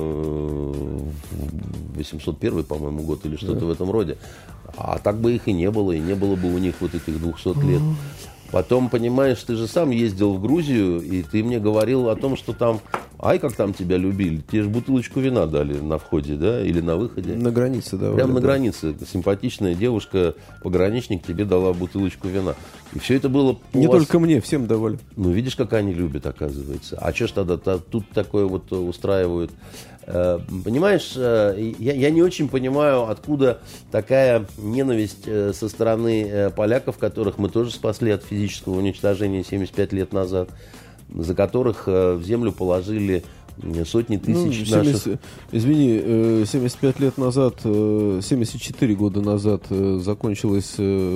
восемьсот первый, по-моему, год или что-то да. в этом роде. А так бы их и не было, и не было бы у них вот этих двухсот лет. Потом, понимаешь, ты же сам ездил в Грузию, и ты мне говорил о том, что там, ай, как там тебя любили. Тебе же бутылочку вина дали на входе, да, или на выходе. На границе, да. Прямо на да. границе. Симпатичная девушка, пограничник, тебе дала бутылочку вина. И все это было... Не вас... только мне, всем давали. Ну, видишь, как они любят, оказывается. А что ж тогда тут такое вот устраивают? Понимаешь, я, я не очень понимаю, откуда такая ненависть со стороны поляков, которых мы тоже спасли от физического уничтожения семьдесят пять лет назад, за которых в землю положили сотни тысяч ну, наших... семьдесят, извини, семьдесят пять лет назад, семьдесят четыре года назад закончилась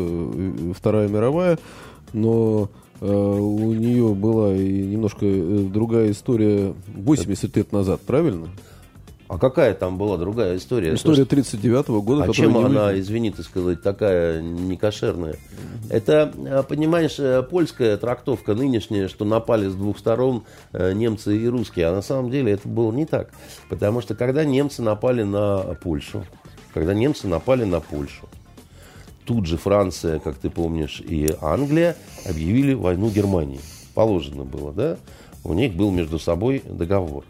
Вторая мировая, но... у нее была и немножко другая история восемьдесят лет назад, правильно? А какая там была другая история? История тридцать девятого года. А чем она, выйдет? Извини, так сказать, такая некошерная? Mm-hmm. Это, понимаешь, польская трактовка нынешняя, что напали с двух сторон немцы и русские. А на самом деле это было не так. Потому что когда немцы напали на Польшу, когда немцы напали на Польшу, тут же Франция, как ты помнишь, и Англия объявили войну Германии. Положено было, да? У них был между собой договор.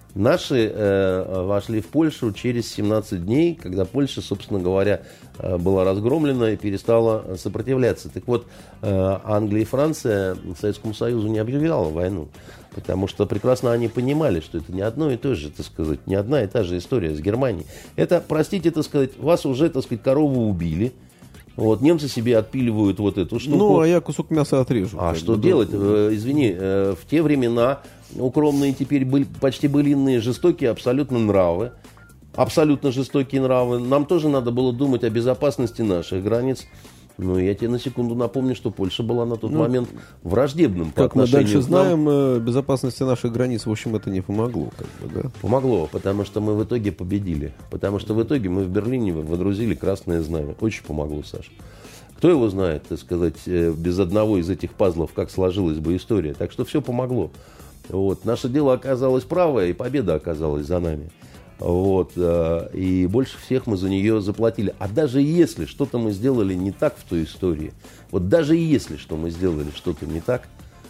Наши э, вошли в Польшу через семнадцать дней, когда Польша, собственно говоря, э, была разгромлена и перестала сопротивляться. Так вот, э, Англия и Франция Советскому Союзу не объявляла войну, потому что прекрасно они понимали, что это не одно и то же, так сказать, не одна и та же история с Германией. Это, простите, так сказать, вас уже, так сказать, корову убили. Вот, немцы себе отпиливают вот эту штуку. Ну, а я кусок мяса отрежу. А что делать? Э, извини, э, в те времена укромные теперь были, почти былинные, жестокие абсолютно нравы. Абсолютно жестокие нравы. Нам тоже надо было думать о безопасности наших границ. Ну, я тебе на секунду напомню, что Польша была на тот ну, момент враждебным по как мы дальше к нам. знаем, безопасности наших границ, в общем, это не помогло. Как бы, да? Помогло, потому что мы в итоге победили. Потому что в итоге мы в Берлине водрузили красное знамя. Очень помогло, Саша. Кто его знает, так сказать, без одного из этих пазлов, как сложилась бы история. Так что все помогло. Вот. Наше дело оказалось правое, и победа оказалась за нами. Вот, и больше всех мы за нее заплатили. А даже если что-то мы сделали не так в той истории, вот даже если что мы сделали что-то не так,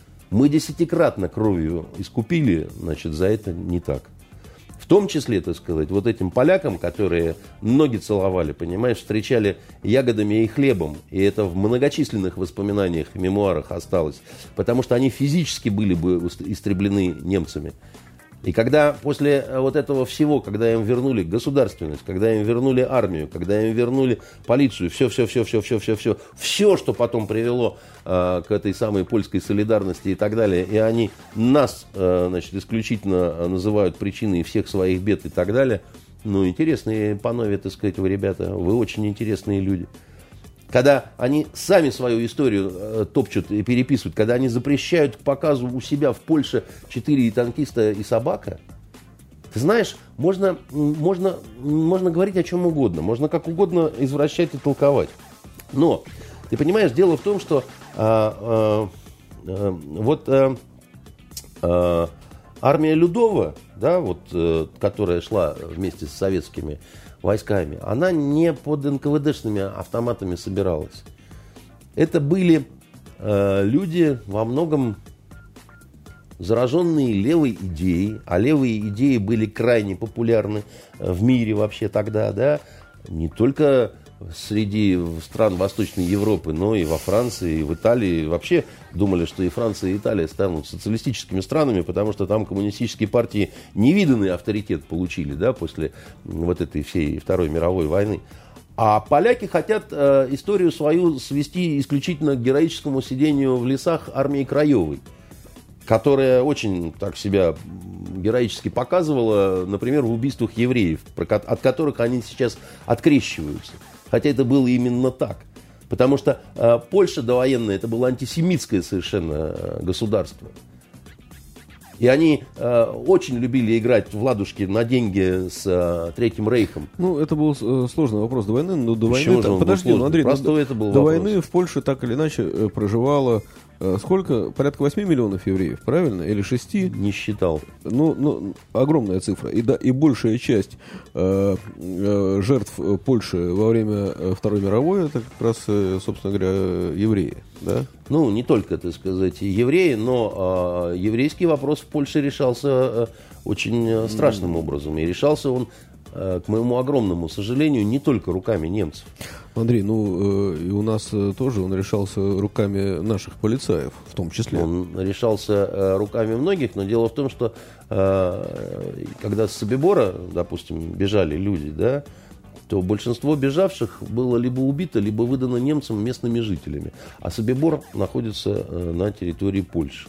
мы десятикратно кровью искупили, значит, за это не так. В том числе, так сказать, вот этим полякам, которые ноги целовали, понимаешь, встречали ягодами и хлебом, и это в многочисленных воспоминаниях и мемуарах осталось, потому что они физически были бы истреблены немцами. И когда после вот этого всего, когда им вернули государственность, когда им вернули армию, когда им вернули полицию, все-все-все-все-все-все-все, все, что потом привело э, к этой самой польской солидарности и так далее, и они нас, э, значит, исключительно называют причиной всех своих бед и так далее, ну, интересные панове, так сказать, вы, ребята, вы очень интересные люди. Когда они сами свою историю э, топчут и переписывают, когда они запрещают к показу у себя в Польше четыре танкиста и собака, ты знаешь, можно, можно, можно говорить о чем угодно, можно как угодно извращать и толковать. Но, ты понимаешь, дело в том, что э, э, э, вот э, э, армия Людова, да, вот, э, которая шла вместе с советскими войсками, она не под эн ка вэ дэшными автоматами собиралась. Это были э, люди во многом зараженные левой идеей, а левые идеи были крайне популярны в мире вообще тогда, да, не только среди стран Восточной Европы, но и во Франции, и в Италии. Вообще думали, что и Франция, и Италия станут социалистическими странами, потому что там коммунистические партии невиданный авторитет получили, да, после вот этой всей Второй мировой войны. А поляки хотят э, историю свою свести исключительно к героическому сидению в лесах армии Краевой, которая очень так себя героически показывала, например, в убийствах евреев, от которых они сейчас открещиваются. Хотя это было именно так. Потому что э, Польша довоенная, это было антисемитское совершенно э, государство. И они э, очень любили играть в ладушки на деньги с э, Третьим Рейхом. Ну, это был э, сложный вопрос до войны. Но до войны, там, подожди, ну, Андрей, Простой до, это был до вопрос. войны в Польше так или иначе э, проживало э, сколько? Порядка восьми миллионов евреев, правильно? Или шести? Не считал. Ну, ну огромная цифра. И, да, и большая часть э, э, жертв Польши во время Второй мировой, это как раз, э, собственно говоря, евреи, да? Ну, не только, так сказать, евреи, но э, еврейский вопрос в Польше решался э, очень э, страшным mm. образом. И решался он, э, к моему огромному сожалению, не только руками немцев. Андрей, ну, э, и у нас э, тоже он решался руками наших полицаев, в том числе. Он решался э, руками многих, но дело в том, что э, когда с Собибора, допустим, бежали люди, да, то большинство бежавших было либо убито, либо выдано немцам местными жителями. А Собибор находится э, на территории Польши.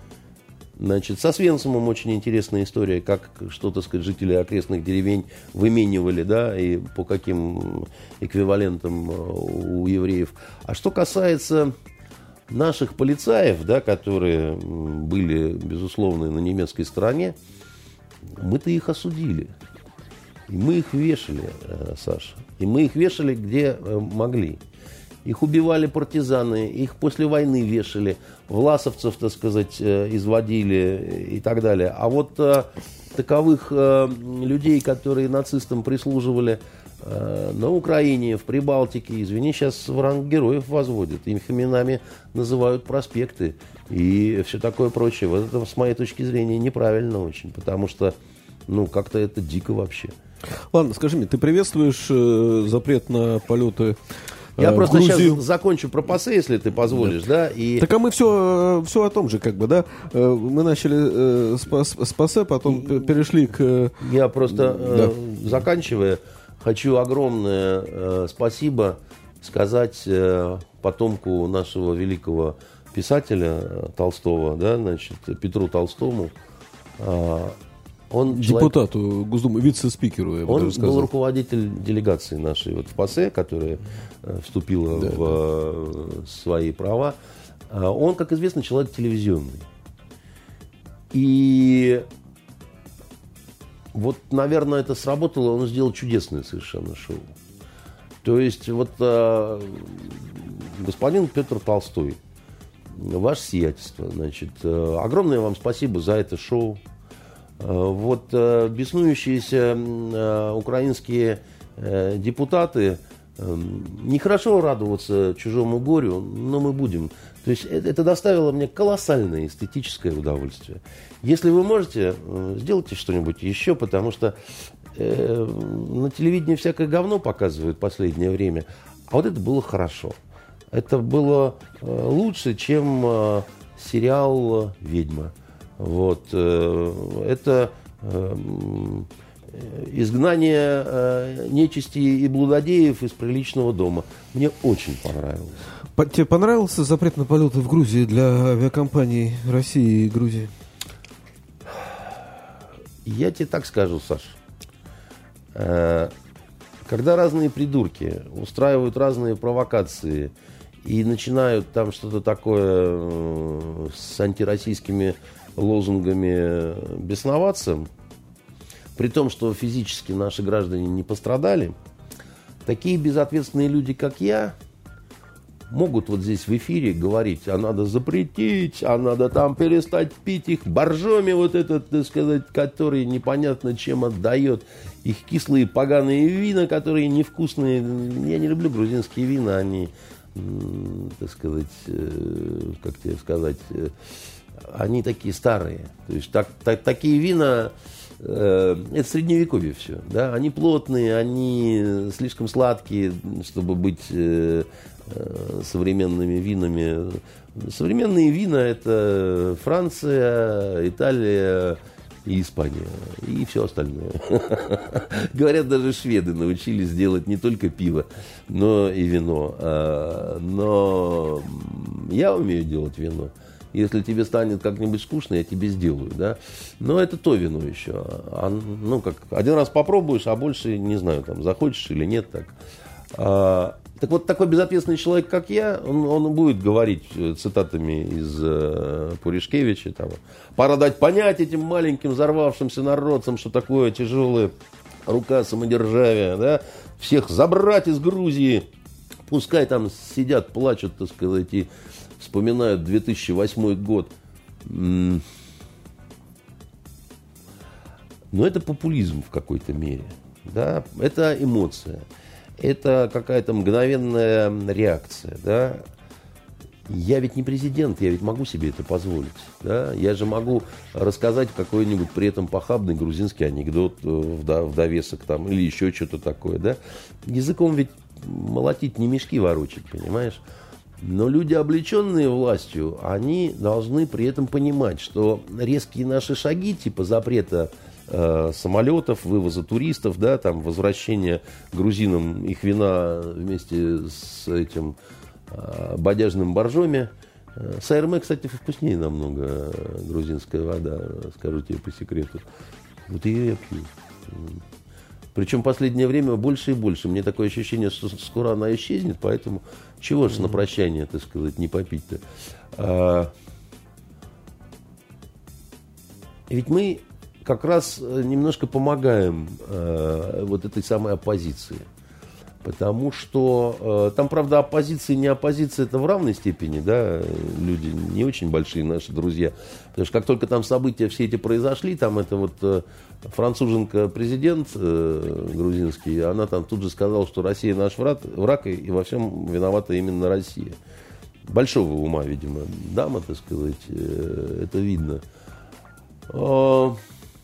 Значит, со Свенцемом очень интересная история, как, что, так сказать, жители окрестных деревень выменивали, да, и по каким эквивалентам у евреев. А что касается наших полицаев, да, которые были, безусловно, на немецкой стороне, мы-то их осудили. И мы их вешали, Саша. И мы их вешали где могли. Их убивали партизаны, их после войны вешали, власовцев, так сказать, изводили и так далее. А вот э, таковых э, людей, которые нацистам прислуживали э, на Украине, в Прибалтике, извини, сейчас в ранг героев возводят. Их именами называют проспекты и все такое прочее. Вот это, с моей точки зрения, неправильно очень, потому что, ну, как-то это дико вообще. Ладно, скажи мне, ты приветствуешь э, запрет на полеты? Я э, просто Грузию? сейчас закончу про ПАСЕ, если ты позволишь, да? да и... Так а мы все, все о том же, как бы, да? Э, мы начали э, с, пас, с ПАСЕ, потом и... перешли к... Я просто, да. э, заканчивая, хочу огромное э, спасибо сказать э, потомку нашего великого писателя э, Толстого, да, значит, Петру Толстому. Э, Он Депутату человек, Госдумы, вице-спикеру, я бы он даже сказал. был руководитель делегации нашей вот в ПАСЕ, которая э, вступила да, в э, да. свои права. Э, он, как известно, человек телевизионный. И вот, наверное, это сработало, он сделал чудесное совершенно шоу. То есть, вот э, господин Петр Толстой, ваше сиятельство, значит, э, огромное вам спасибо за это шоу. Вот э, беснующиеся э, украинские э, депутаты, э, нехорошо радоваться чужому горю, но мы будем. То есть это, это доставило мне колоссальное эстетическое удовольствие. Если вы можете, э, сделайте что-нибудь еще, потому что э, на телевидении всякое говно показывают в последнее время, а вот это было хорошо. Это было э, лучше, чем э, сериал «Ведьма». Вот. Это изгнание э, нечисти и блудодеев из приличного дома. Мне очень понравилось. По- тебе понравился запрет на полеты в Грузии для авиакомпаний России и Грузии? Я тебе так скажу, Саш. Э, когда разные придурки устраивают разные провокации и начинают там что-то такое э, с антироссийскими лозунгами бесноваться, при том, что физически наши граждане не пострадали, такие безответственные люди, как я, могут вот здесь в эфире говорить, а надо запретить, а надо там перестать пить их боржоми, вот этот, так сказать, который непонятно чем отдает, их кислые поганые вина, которые невкусные. Я не люблю грузинские вина, они, так сказать, как тебе сказать, они такие старые. То есть так, так, такие вина... Это средневековье все, да, они плотные, они слишком сладкие, чтобы быть э, э, современными винами. Современные вина — это Франция, Италия и Испания, и все остальное. Говорят, даже шведы научились делать не только пиво, но и вино. Но я умею делать вино. Если тебе станет как-нибудь скучно, я тебе сделаю, да. Но это то вино еще. А, ну, как, один раз попробуешь, а больше, не знаю, там, захочешь или нет, так. А, так вот, такой безответственный человек, как я, он, он будет говорить цитатами из э, Пуришкевича, там, пора дать понять этим маленьким взорвавшимся народцам, что такое тяжелая рука самодержавия, да, всех забрать из Грузии, пускай там сидят, плачут, так сказать, и вспоминают две тысячи восьмой год. Но это популизм в какой-то мере. Да? Это эмоция. Это какая-то мгновенная реакция. Да? Я ведь не президент, я ведь могу себе это позволить. Да? Я же могу рассказать какой-нибудь при этом похабный грузинский анекдот в довесок там, или еще что-то такое. Да? Языком ведь молотить, не мешки ворочать, понимаешь? Но люди, облеченные властью, они должны при этом понимать, что резкие наши шаги, типа запрета э, самолетов, вывоза туристов, да, там, возвращения грузинам их вина вместе с этим э, бодяжным боржоми. Э, с АРМ, кстати, вкуснее намного грузинская вода, скажу тебе по секрету. Вот ее я пью. Причем в последнее время больше и больше. Мне такое ощущение, что скоро она исчезнет, поэтому чего же на прощание, так сказать, не попить-то. А... Ведь мы как раз немножко помогаем а, вот этой самой оппозиции. Потому что э, там, правда, оппозиция и не оппозиция, это в равной степени, да, люди не очень большие наши друзья. Потому что как только там события все эти произошли, там это вот э, француженка-президент э, грузинский, она там тут же сказала, что Россия наш враг, враг, и во всем виновата именно Россия. Большого ума, видимо, дама, так сказать, э, это видно. Э,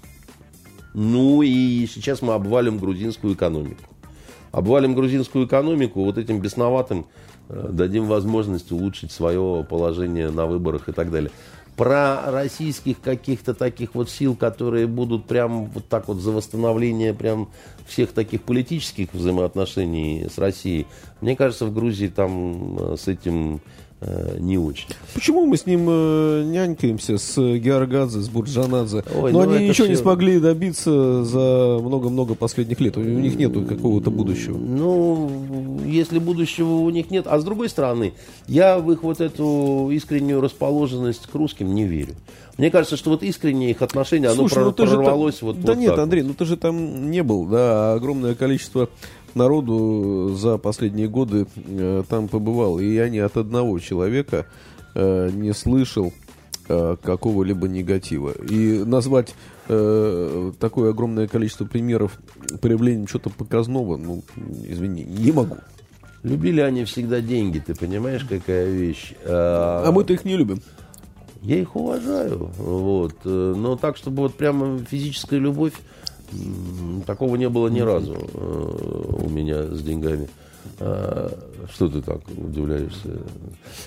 ну и сейчас мы обвалим грузинскую экономику. Обвалим грузинскую экономику, вот этим бесноватым э, дадим возможность улучшить свое положение на выборах и так далее. Про российских каких-то таких вот сил, которые будут прям вот так вот за восстановление прям всех таких политических взаимоотношений с Россией, мне кажется, в Грузии там с этим э, не очень. Почему мы с ним э, нянькаемся, с Георгадзе, с Бурджанадзе? Ой, но ну они ничего все... не смогли добиться за много-много последних лет. У них нет какого-то будущего. Ну, если будущего у них нет. А с другой стороны, я в их вот эту искреннюю расположенность к русским не верю. Мне кажется, что вот искреннее их отношение, Слушай, оно ну прорвалось там... вот Да вот нет, так Андрей, вот. ну ты же там не был, да, огромное количество народу за последние годы э, там побывал, и я ни от одного человека э, не слышал э, какого-либо негатива. И назвать э, такое огромное количество примеров проявления чего-то показного, ну, извини, не могу. Любили они всегда деньги, ты понимаешь, какая вещь. А, а мы-то их не любим. Я их уважаю, вот, но так, чтобы вот прямо физическая любовь, такого не было ни разу у меня с деньгами. Что ты так удивляешься?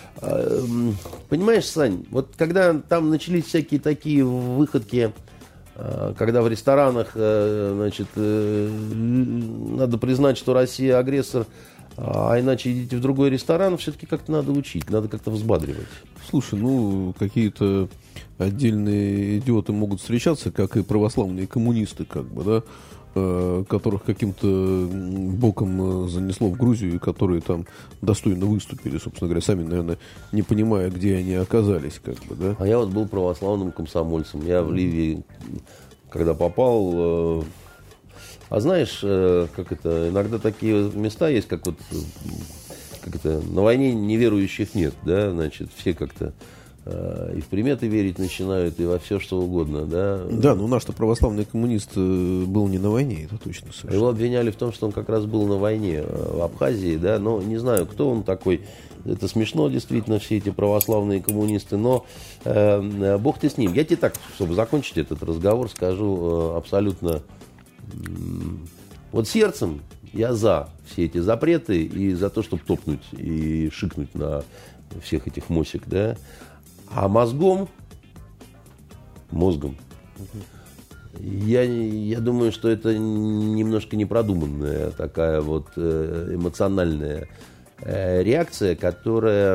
Понимаешь, Сань, вот когда там начались всякие такие выходки когда в ресторанах, значит, надо признать, что Россия агрессор, а иначе идите в другой ресторан, все-таки как-то надо учить, надо как-то взбадривать. Слушай, ну, какие-то отдельные идиоты могут встречаться, как и православные коммунисты, как бы, да, э, которых каким-то боком занесло в Грузию, и которые там достойно выступили, собственно говоря, сами, наверное, не понимая, где они оказались, как бы, да. А я вот был православным комсомольцем. Я в Ливии, когда попал... Э, а знаешь, э, как это, иногда такие места есть, как вот, как это, на войне неверующих нет, да, значит, все как-то э, и в приметы верить начинают, и во все что угодно, да. Да, но наш-то православный коммунист был не на войне, это точно совершенно. Его обвиняли в том, что он как раз был на войне в Абхазии, да, но не знаю, кто он такой. Это смешно, действительно, все эти православные коммунисты, но э, бог ты с ним. Я тебе так, чтобы закончить этот разговор, скажу э, абсолютно... Вот сердцем я за все эти запреты и за то, чтобы топнуть и шикнуть на всех этих мосик, да. А мозгом, мозгом, я, я думаю, что это немножко непродуманная такая вот эмоциональная реакция, которая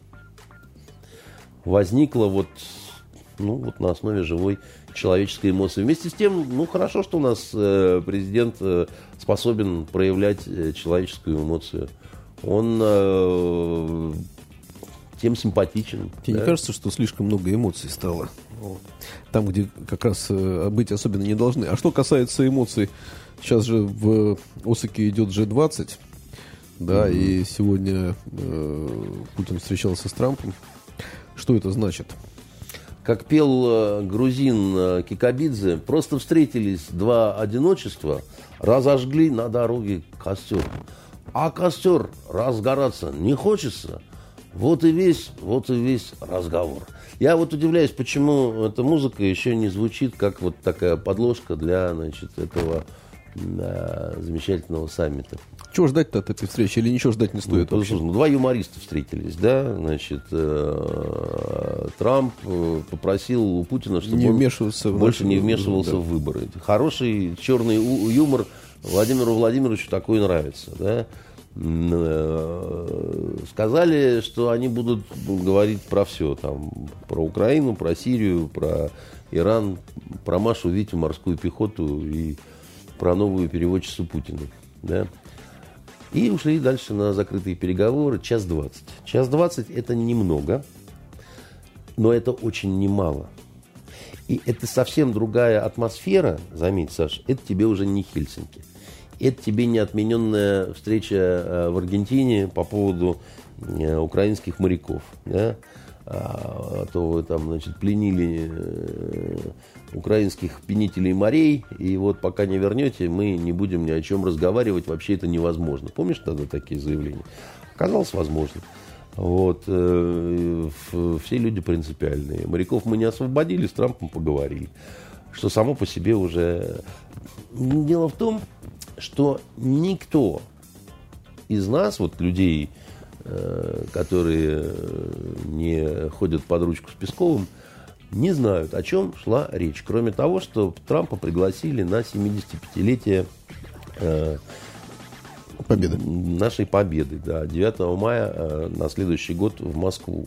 возникла вот, ну, вот на основе живой человеческой эмоции. Вместе с тем, ну, хорошо, что у нас э, президент э, способен проявлять э, человеческую эмоцию. Он э, тем симпатичен. Тебе да? не кажется, что слишком много эмоций стало? Там, где как раз э, быть особенно не должны. А что касается эмоций, сейчас же в Осаке идет джи двадцать, да, mm-hmm. и сегодня э, Путин встречался с Трампом. Что это значит? Как пел э, грузин э, Кикабидзе, просто встретились два одиночества, разожгли на дороге костер. А костер разгораться не хочется. Вот и весь, вот и весь разговор. Я вот удивляюсь, почему эта музыка еще не звучит как вот такая подложка для, значит, этого э, замечательного саммита. Чего ждать-то от этой встречи? Или ничего ждать не стоит? Ну, вообще? ну, два юмориста встретились, да, значит, э, Трамп попросил у Путина, чтобы не он вмешиваться больше в не вмешивался да. в выборы. Хороший черный юмор Владимиру Владимировичу такой нравится, да. Сказали, что они будут говорить про все, там, про Украину, про Сирию, про Иран, про Машу, Витю, морскую пехоту и про новую переводчицу Путина, да. И ушли дальше на закрытые переговоры. Час двадцать. Час двадцать это немного, но это очень немало. И это совсем другая атмосфера, заметь, Саш, это тебе уже не Хельсинки. Это тебе не отмененная встреча в Аргентине по поводу украинских моряков. Да? А то вы там, значит, пленили украинских пленителей морей, и вот пока не вернете, мы не будем ни о чем разговаривать, вообще это невозможно. Помнишь тогда такие заявления? Оказалось возможно. Вот, э, все люди принципиальные. Моряков мы не освободили, с Трампом поговорили. Что само по себе уже... Дело в том, что никто из нас, вот людей, э, которые не ходят под ручку с Песковым, не знают, о чем шла речь. Кроме того, что Трампа пригласили на семидесятипятилетие э, Победы. нашей победы, да, девятого мая э, на следующий год в Москву.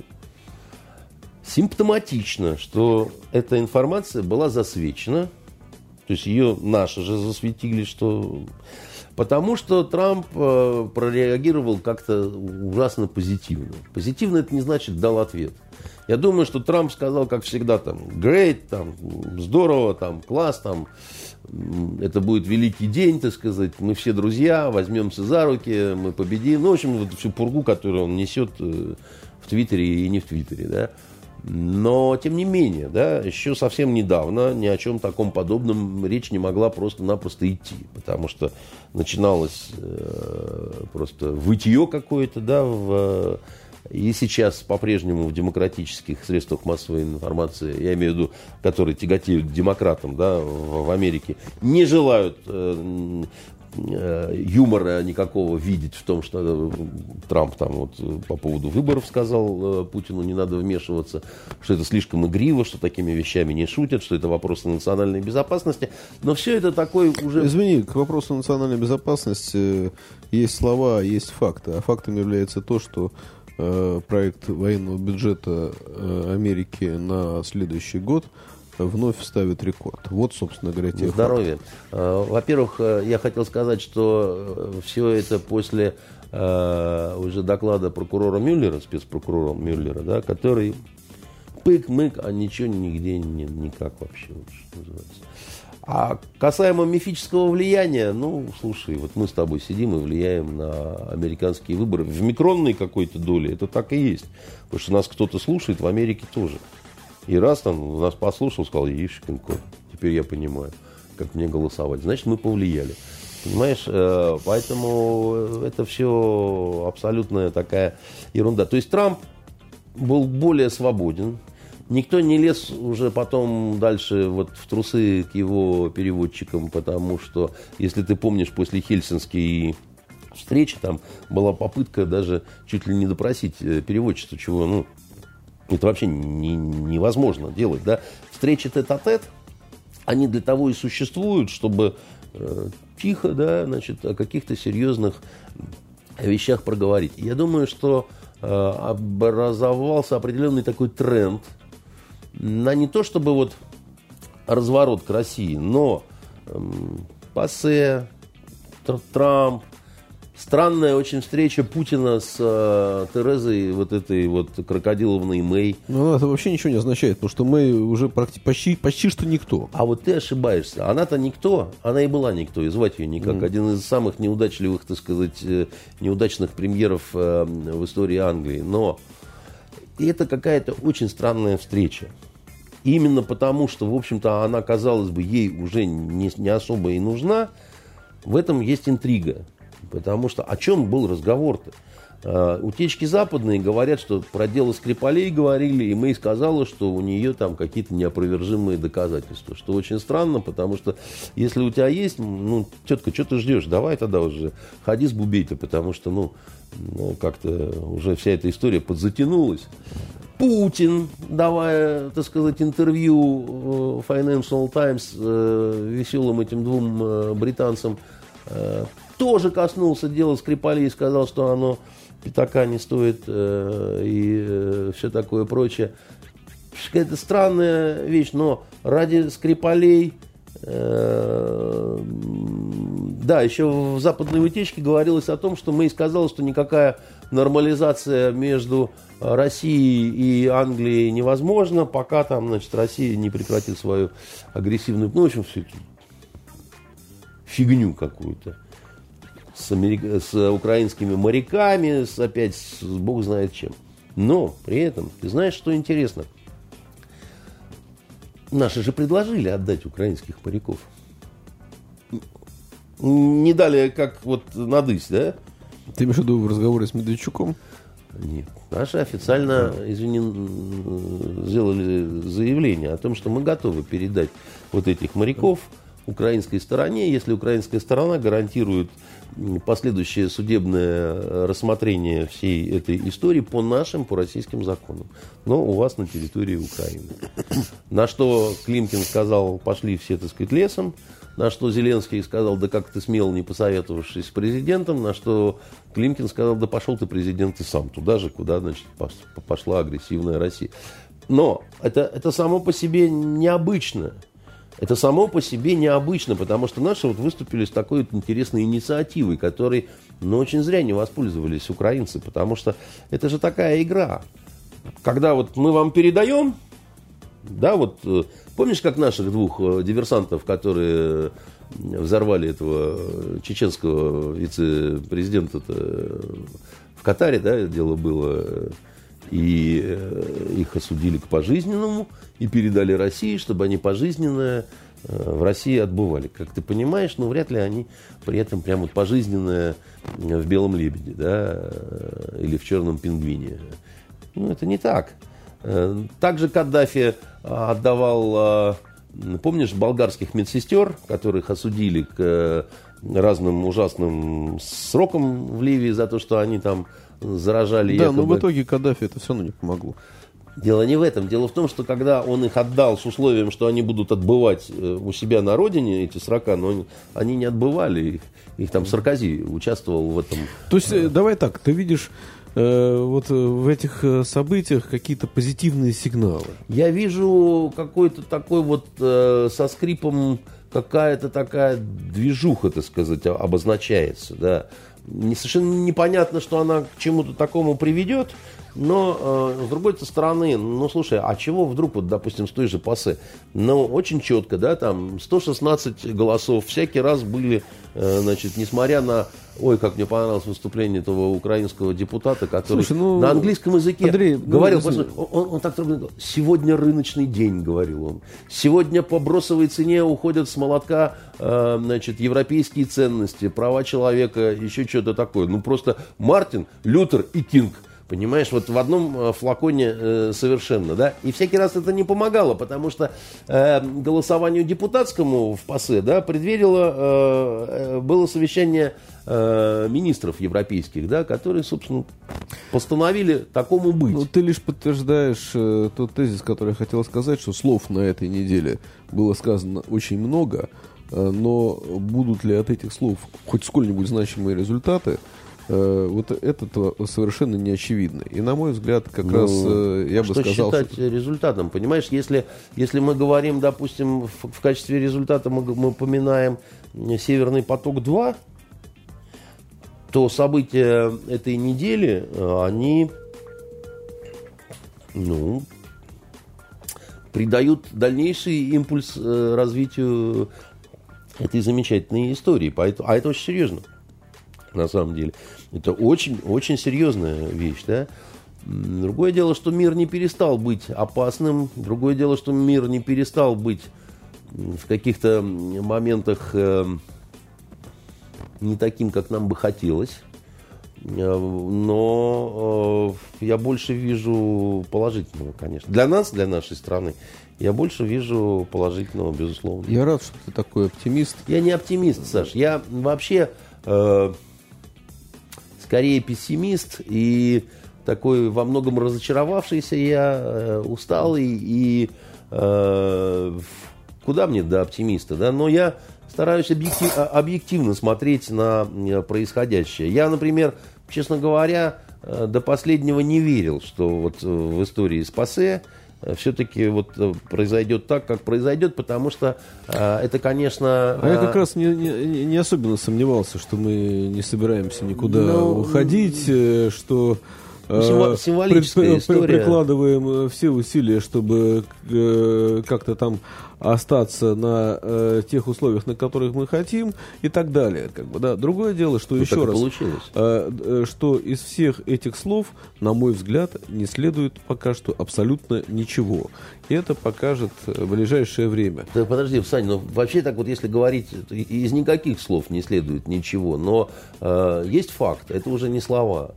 Симптоматично, что эта информация была засвечена, то есть ее наши же засветили, что... Потому что Трамп э, прореагировал как-то ужасно позитивно. Позитивно это не значит дал ответ. Я думаю, что Трамп сказал, как всегда, там, great, там, здорово, там, класс, там, это будет великий день, так сказать, мы все друзья, возьмемся за руки, мы победим. Ну, в общем, вот всю пургу, которую он несет в Твиттере и не в Твиттере, да. Но, тем не менее, да, еще совсем недавно ни о чем таком подобном речь не могла просто-напросто идти. Потому что начиналось э, просто вытье какое-то, да, в, и сейчас по-прежнему в демократических средствах массовой информации, я имею в виду, которые тяготеют демократам, да, в, в Америке, не желают э, юмора никакого видеть в том, что Трамп там вот по поводу выборов сказал Путину, не надо вмешиваться, что это слишком игриво, что такими вещами не шутят, что это вопросы национальной безопасности. Но все это такой уже... Извини, к вопросу национальной безопасности есть слова, есть факты. А фактом является то, что э, проект военного бюджета э, Америки на следующий год вновь ставит рекорд. Вот, собственно говоря, те здоровье. Факты. Во-первых, я хотел сказать, что все это после э, уже доклада прокурора Мюллера, спецпрокурора Мюллера, да, который пык-мык, а ничего нигде не, никак вообще, вот, что называется. А касаемо мифического влияния, ну, слушай, вот мы с тобой сидим и влияем на американские выборы в микронной какой-то доле, это так и есть. Потому что нас кто-то слушает, в Америке тоже. И раз там нас послушал, сказал, Ешкин кот, теперь я понимаю, как мне голосовать. Значит, мы повлияли. Понимаешь, поэтому это все абсолютная такая ерунда. То есть Трамп был более свободен. Никто не лез уже потом дальше вот в трусы к его переводчикам, потому что, если ты помнишь, после Хельсинской встречи там была попытка даже чуть ли не допросить переводчицу, чего, ну, это вообще не, невозможно делать, да. Встречи тет-а-тет, они для того и существуют, чтобы э, тихо, да, значит, о каких-то серьезных вещах проговорить. Я думаю, что э, образовался определенный такой тренд на не то чтобы вот разворот к России, но э, ПАСЕ, Трамп, странная очень встреча Путина с э, Терезой, вот этой вот крокодиловной Мэй. Ну, это вообще ничего не означает, потому что Мэй уже почти, почти, почти что никто. А вот ты ошибаешься. Она-то никто, она и была никто, и звать ее никак. Mm. Один из самых неудачливых, так сказать, неудачных премьеров э, в истории Англии. Но это какая-то очень странная встреча. Именно потому, что, в общем-то, она, казалось бы, ей уже не, не особо и нужна, в этом есть интрига. Потому что о чем был разговор-то? Uh, утечки западные говорят, что про дело Скрипалей говорили, и Мэй сказала, что у нее там какие-то неопровержимые доказательства. Что очень странно, потому что если у тебя есть, ну, тетка, что ты ждешь? Давай тогда уже ходи с бубей-то, потому что, ну, ну, как-то уже вся эта история подзатянулась. Путин, давая, так сказать, интервью Financial Times веселым этим двум британцам, тоже коснулся дела Скрипалей и сказал, что оно пятака не стоит э, и э, все такое прочее. Какая-то странная вещь, но ради Скрипалей, э, да, еще в западной утечке говорилось о том, что Мэй сказала, что никакая нормализация между Россией и Англией невозможна, пока там, значит, Россия не прекратит свою агрессивную, ну, в общем, всю эту фигню какую-то. С, америк... с украинскими моряками, с, опять с бог знает чем. Но при этом, ты знаешь, что интересно? Наши же предложили отдать украинских моряков. Не дали, как вот надысь, да? Ты имеешь в виду в разговоре с Медведчуком? Нет. Наши официально, извини, сделали заявление о том, что мы готовы передать вот этих моряков украинской стороне, если украинская сторона гарантирует последующее судебное рассмотрение всей этой истории по нашим, по российским законам. Но у вас на территории Украины. На что Климкин сказал, пошли все, так сказать, лесом. На что Зеленский сказал, да как ты смел, не посоветовавшись с президентом. На что Климкин сказал, да пошел ты, президент, и сам туда же, куда, значит, пошла агрессивная Россия. Но это, это само по себе необычно. Это само по себе необычно, потому что наши вот выступили с такой вот интересной инициативой, которой, ну, очень зря не воспользовались украинцы, потому что это же такая игра. Когда вот мы вам передаем, да, вот, помнишь, как наших двух диверсантов, которые взорвали этого чеченского вице-президента в Катаре, да, дело было, и их осудили к пожизненному, и передали России, чтобы они пожизненное в России отбывали. Как ты понимаешь, ну, вряд ли они при этом прям вот пожизненное в «Белом лебеде», да, или в «Черном пингвине». Ну, это не так. Также Каддафи отдавал, помнишь, болгарских медсестер, которых осудили к разным ужасным срокам в Ливии за то, что они там заражали. Да, якобы... но в итоге Каддафи это все равно не помогло. Дело не в этом. Дело в том, что когда он их отдал с условием, что они будут отбывать у себя на родине эти срока, но они не отбывали. Их, их там Саркози участвовал в этом. То есть, давай так, ты видишь э, вот в этих событиях какие-то позитивные сигналы? Я вижу какой-то такой вот э, со скрипом какая-то такая движуха, так сказать, обозначается. Да. Не, совершенно непонятно, что она к чему-то такому приведет. Но, э, с другой стороны, ну, слушай, а чего вдруг, вот, допустим, с той же ПАСЕ? Ну, очень четко, да, там, сто шестнадцать голосов всякий раз были, э, значит, несмотря на, ой, как мне понравилось выступление этого украинского депутата, который Слушай, ну, на английском языке Андрей, говорил, ну, он, он, он так трогательно говорил, сегодня рыночный день, говорил он, сегодня по бросовой цене уходят с молотка, э, значит, европейские ценности, права человека, еще что-то такое. Ну, просто Мартин, Лютер и Кинг. Понимаешь, вот в одном флаконе э, совершенно, да, и всякий раз это не помогало, потому что э, голосованию депутатскому в ПАСЕ, да, предверило, э, было совещание э, министров европейских, да, которые, собственно, постановили такому быть. Ну, ты лишь подтверждаешь э, тот тезис, который я хотел сказать, что слов на этой неделе было сказано очень много, э, но будут ли от этих слов хоть сколь-нибудь значимые результаты, вот это совершенно не очевидно. И, на мой взгляд, как ну, раз я бы что сказал... считать что... результатом? Понимаешь, если, если мы говорим, допустим, в, в качестве результата мы, мы поминаем «Северный поток-два», то события этой недели, они ну, придают дальнейший импульс развитию этой замечательной истории. Поэтому, а это очень серьезно. На самом деле. Это очень, очень серьезная вещь, да. Другое дело, что мир не перестал быть опасным. Другое дело, что мир не перестал быть в каких-то моментах э, не таким, как нам бы хотелось. Но э, я больше вижу положительного, конечно. Для нас, для нашей страны, я больше вижу положительного, безусловно. Я рад, что ты такой оптимист. Я не оптимист, Саш. Я вообще... Э, скорее пессимист и такой во многом разочаровавшийся я, э, усталый и э, куда мне до оптимиста, да? Но я стараюсь объектив, объективно смотреть на происходящее. Я, например, честно говоря, э, до последнего не верил, что вот в истории с ПАСЕ все-таки вот произойдет так, как произойдет, потому что э, это, конечно... А я как раз не, не, не особенно сомневался, что мы не собираемся никуда Но... уходить, что э, символическая при, история. При, прикладываем все усилия, чтобы э, как-то там остаться на э, тех условиях, на которых мы хотим, и так далее. Как бы, да. Другое дело, что ну, еще раз, э, что из всех этих слов, на мой взгляд, не следует пока что абсолютно ничего. И это покажет в ближайшее время. Да, подожди, Сань, ну вообще так вот, если говорить, из никаких слов не следует ничего, но э, есть факт, это уже не слова,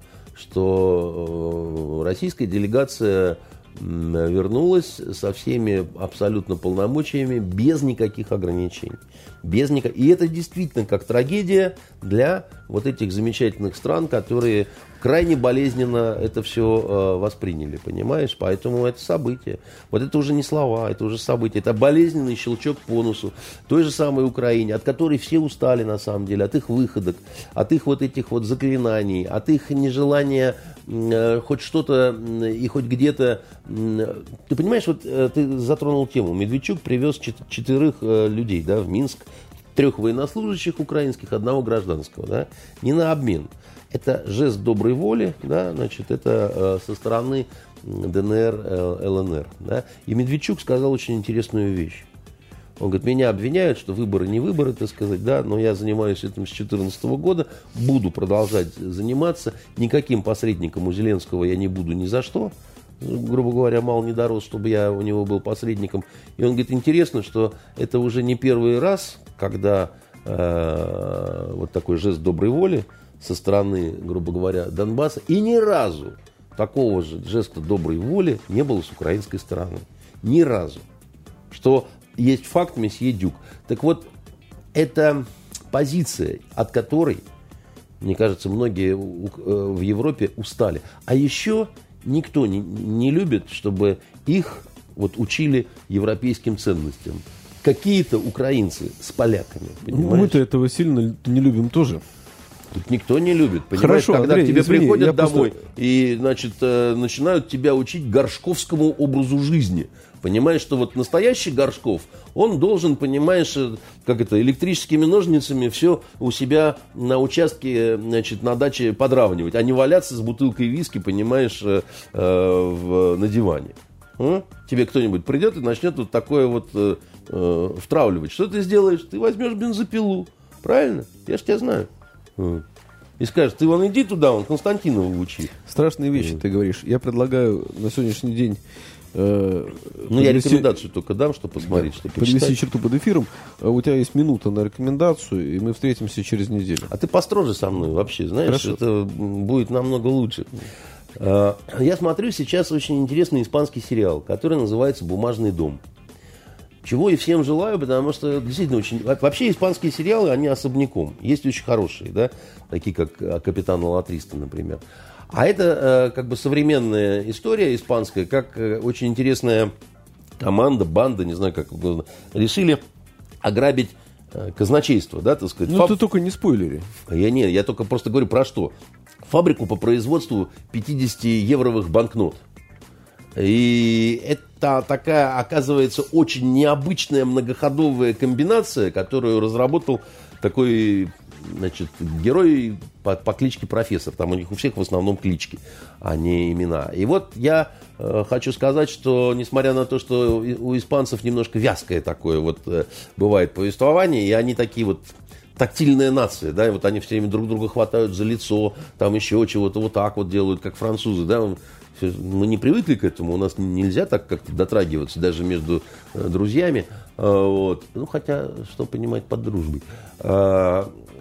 что э, российская делегация вернулась со всеми абсолютно полномочиями, без никаких ограничений. Без никак... И это действительно как трагедия для вот этих замечательных стран, которые крайне болезненно это все э, восприняли, понимаешь? Поэтому это событие. Вот это уже не слова, это уже событие. Это болезненный щелчок по носу той же самой Украине, от которой все устали на самом деле, от их выходок, от их вот этих вот заклинаний, от их нежелания э, хоть что-то э, и хоть где-то... Э, ты понимаешь, вот э, ты затронул тему. Медведчук привез чет- четырех э, людей, да, в Минск, трех военнослужащих украинских, одного гражданского, да, не на обмен. Это жест доброй воли, да, значит, это э, со стороны ДНР, э, ЛНР. Да. И Медведчук сказал очень интересную вещь. Он говорит, меня обвиняют, что выборы не выборы, так сказать, да, но я занимаюсь этим с две тысячи четырнадцатого года, буду продолжать заниматься, никаким посредником у Зеленского я не буду ни за что. Грубо говоря, мало не дорос, чтобы я у него был посредником. И он говорит, интересно, что это уже не первый раз, когда э, вот такой жест доброй воли со стороны, грубо говоря, Донбасса, и ни разу такого же жеста доброй воли не было с украинской стороны. Ни разу. Что есть факт, месье Дюк. Так вот, это позиция, от которой, мне кажется, многие в Европе устали. А еще никто не, не любит, чтобы их вот учили европейским ценностям. Какие-то украинцы с поляками, понимаешь? Мы-то этого сильно не любим тоже. Тут никто не любит, понимаешь? Хорошо, когда Андрей, к тебе извини, приходят домой просто... и, значит, начинают тебя учить горшковскому образу жизни. Понимаешь, что вот настоящий Горшков, он должен, понимаешь, как это, электрическими ножницами все у себя на участке, значит, на даче подравнивать, а не валяться с бутылкой виски, понимаешь, э, в, на диване. А? Тебе кто-нибудь придет и начнет вот такое вот э, э, втравливать. Что ты сделаешь? Ты возьмешь бензопилу. Правильно? Я ж тебя знаю. И скажешь, ты вон иди туда, он Константинова учи. Страшные вещи mm. ты говоришь. Я предлагаю на сегодняшний день э, ну подвести, я рекомендацию только дам, чтобы посмотреть, что подвести почитать. черту под эфиром. У тебя есть минута на рекомендацию, и мы встретимся через неделю. А ты построже со мной вообще, знаешь, Хорошо. Это будет намного лучше. Я смотрю сейчас очень интересный испанский сериал, который называется «Бумажный дом». Чего и всем желаю, потому что действительно очень... Вообще испанские сериалы, они особняком. Есть очень хорошие, да, такие как «Капитан Алатриста», например. А это как бы современная история испанская, как очень интересная команда, банда, не знаю, как угодно, решили ограбить казначейство, да, так сказать. Ну, Фаб... ты только не спойлери. Я не, я только просто говорю про что. Фабрику по производству пятидесятиевровых банкнот. И это такая, оказывается, очень необычная многоходовая комбинация, которую разработал такой, значит, герой по, по кличке Профессор. Там у них у всех в основном клички, а не имена. И вот я э, хочу сказать, что несмотря на то, что у испанцев немножко вязкое такое вот э, бывает повествование, и они такие вот тактильная нация, да, и вот они все время друг друга хватают за лицо, там еще чего-то вот так вот делают, как французы, да. Мы не привыкли к этому, у нас нельзя так как-то дотрагиваться даже между э, друзьями, э, вот. Ну, хотя, что понимать под дружбой э,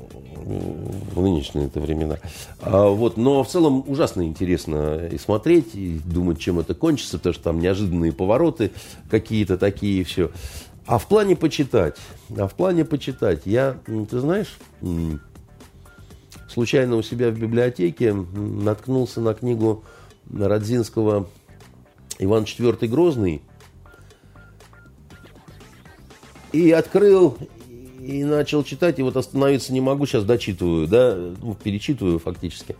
в нынешние это времена. А, вот. Но в целом ужасно интересно и смотреть, и думать, чем это кончится, потому что там неожиданные повороты какие-то такие, и все. А в плане почитать, а в плане почитать, я, ты знаешь, случайно у себя в библиотеке наткнулся на книгу Радзинского «Иван четвёртый Грозный» и открыл, и начал читать, и вот остановиться не могу, сейчас дочитываю, да, ну, перечитываю фактически.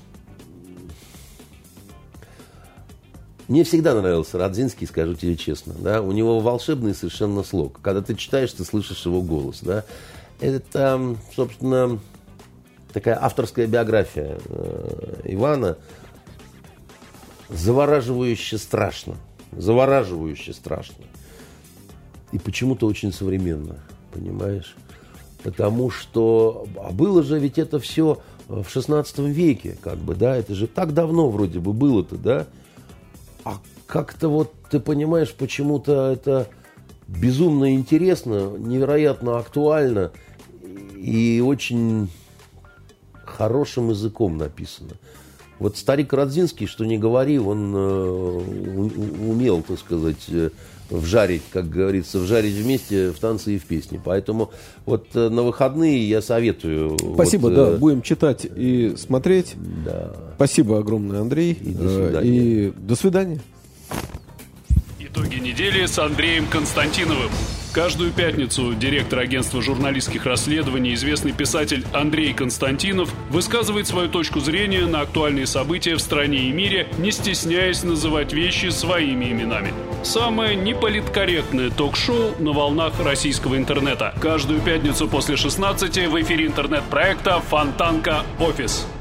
Мне всегда нравился Радзинский, скажу тебе честно, да, у него волшебный совершенно слог. Когда ты читаешь, ты слышишь его голос, да. Это, собственно, такая авторская биография э, Ивана. Завораживающе страшно. Завораживающе страшно. И почему-то очень современно, понимаешь? Потому что а было же ведь это все в шестнадцатом веке, как бы, да, это же так давно вроде бы было-то, да? А как-то вот, ты понимаешь, почему-то это безумно интересно, невероятно актуально и очень хорошим языком написано. Вот старик Радзинский, что не говори, он э, умел, так сказать, э, вжарить, как говорится, вжарить вместе в танцы и в песни. Поэтому вот э, на выходные я советую. Спасибо, вот, да, э, будем читать и смотреть. Да. Спасибо огромное, Андрей. И до свидания. И до свидания. Итоги недели с Андреем Константиновым. Каждую пятницу директор агентства журналистских расследований, известный писатель Андрей Константинов, высказывает свою точку зрения на актуальные события в стране и мире, не стесняясь называть вещи своими именами. Самое неполиткорректное ток-шоу на волнах российского интернета. Каждую пятницу после шестнадцати в эфире интернет-проекта «Фонтанка Офис».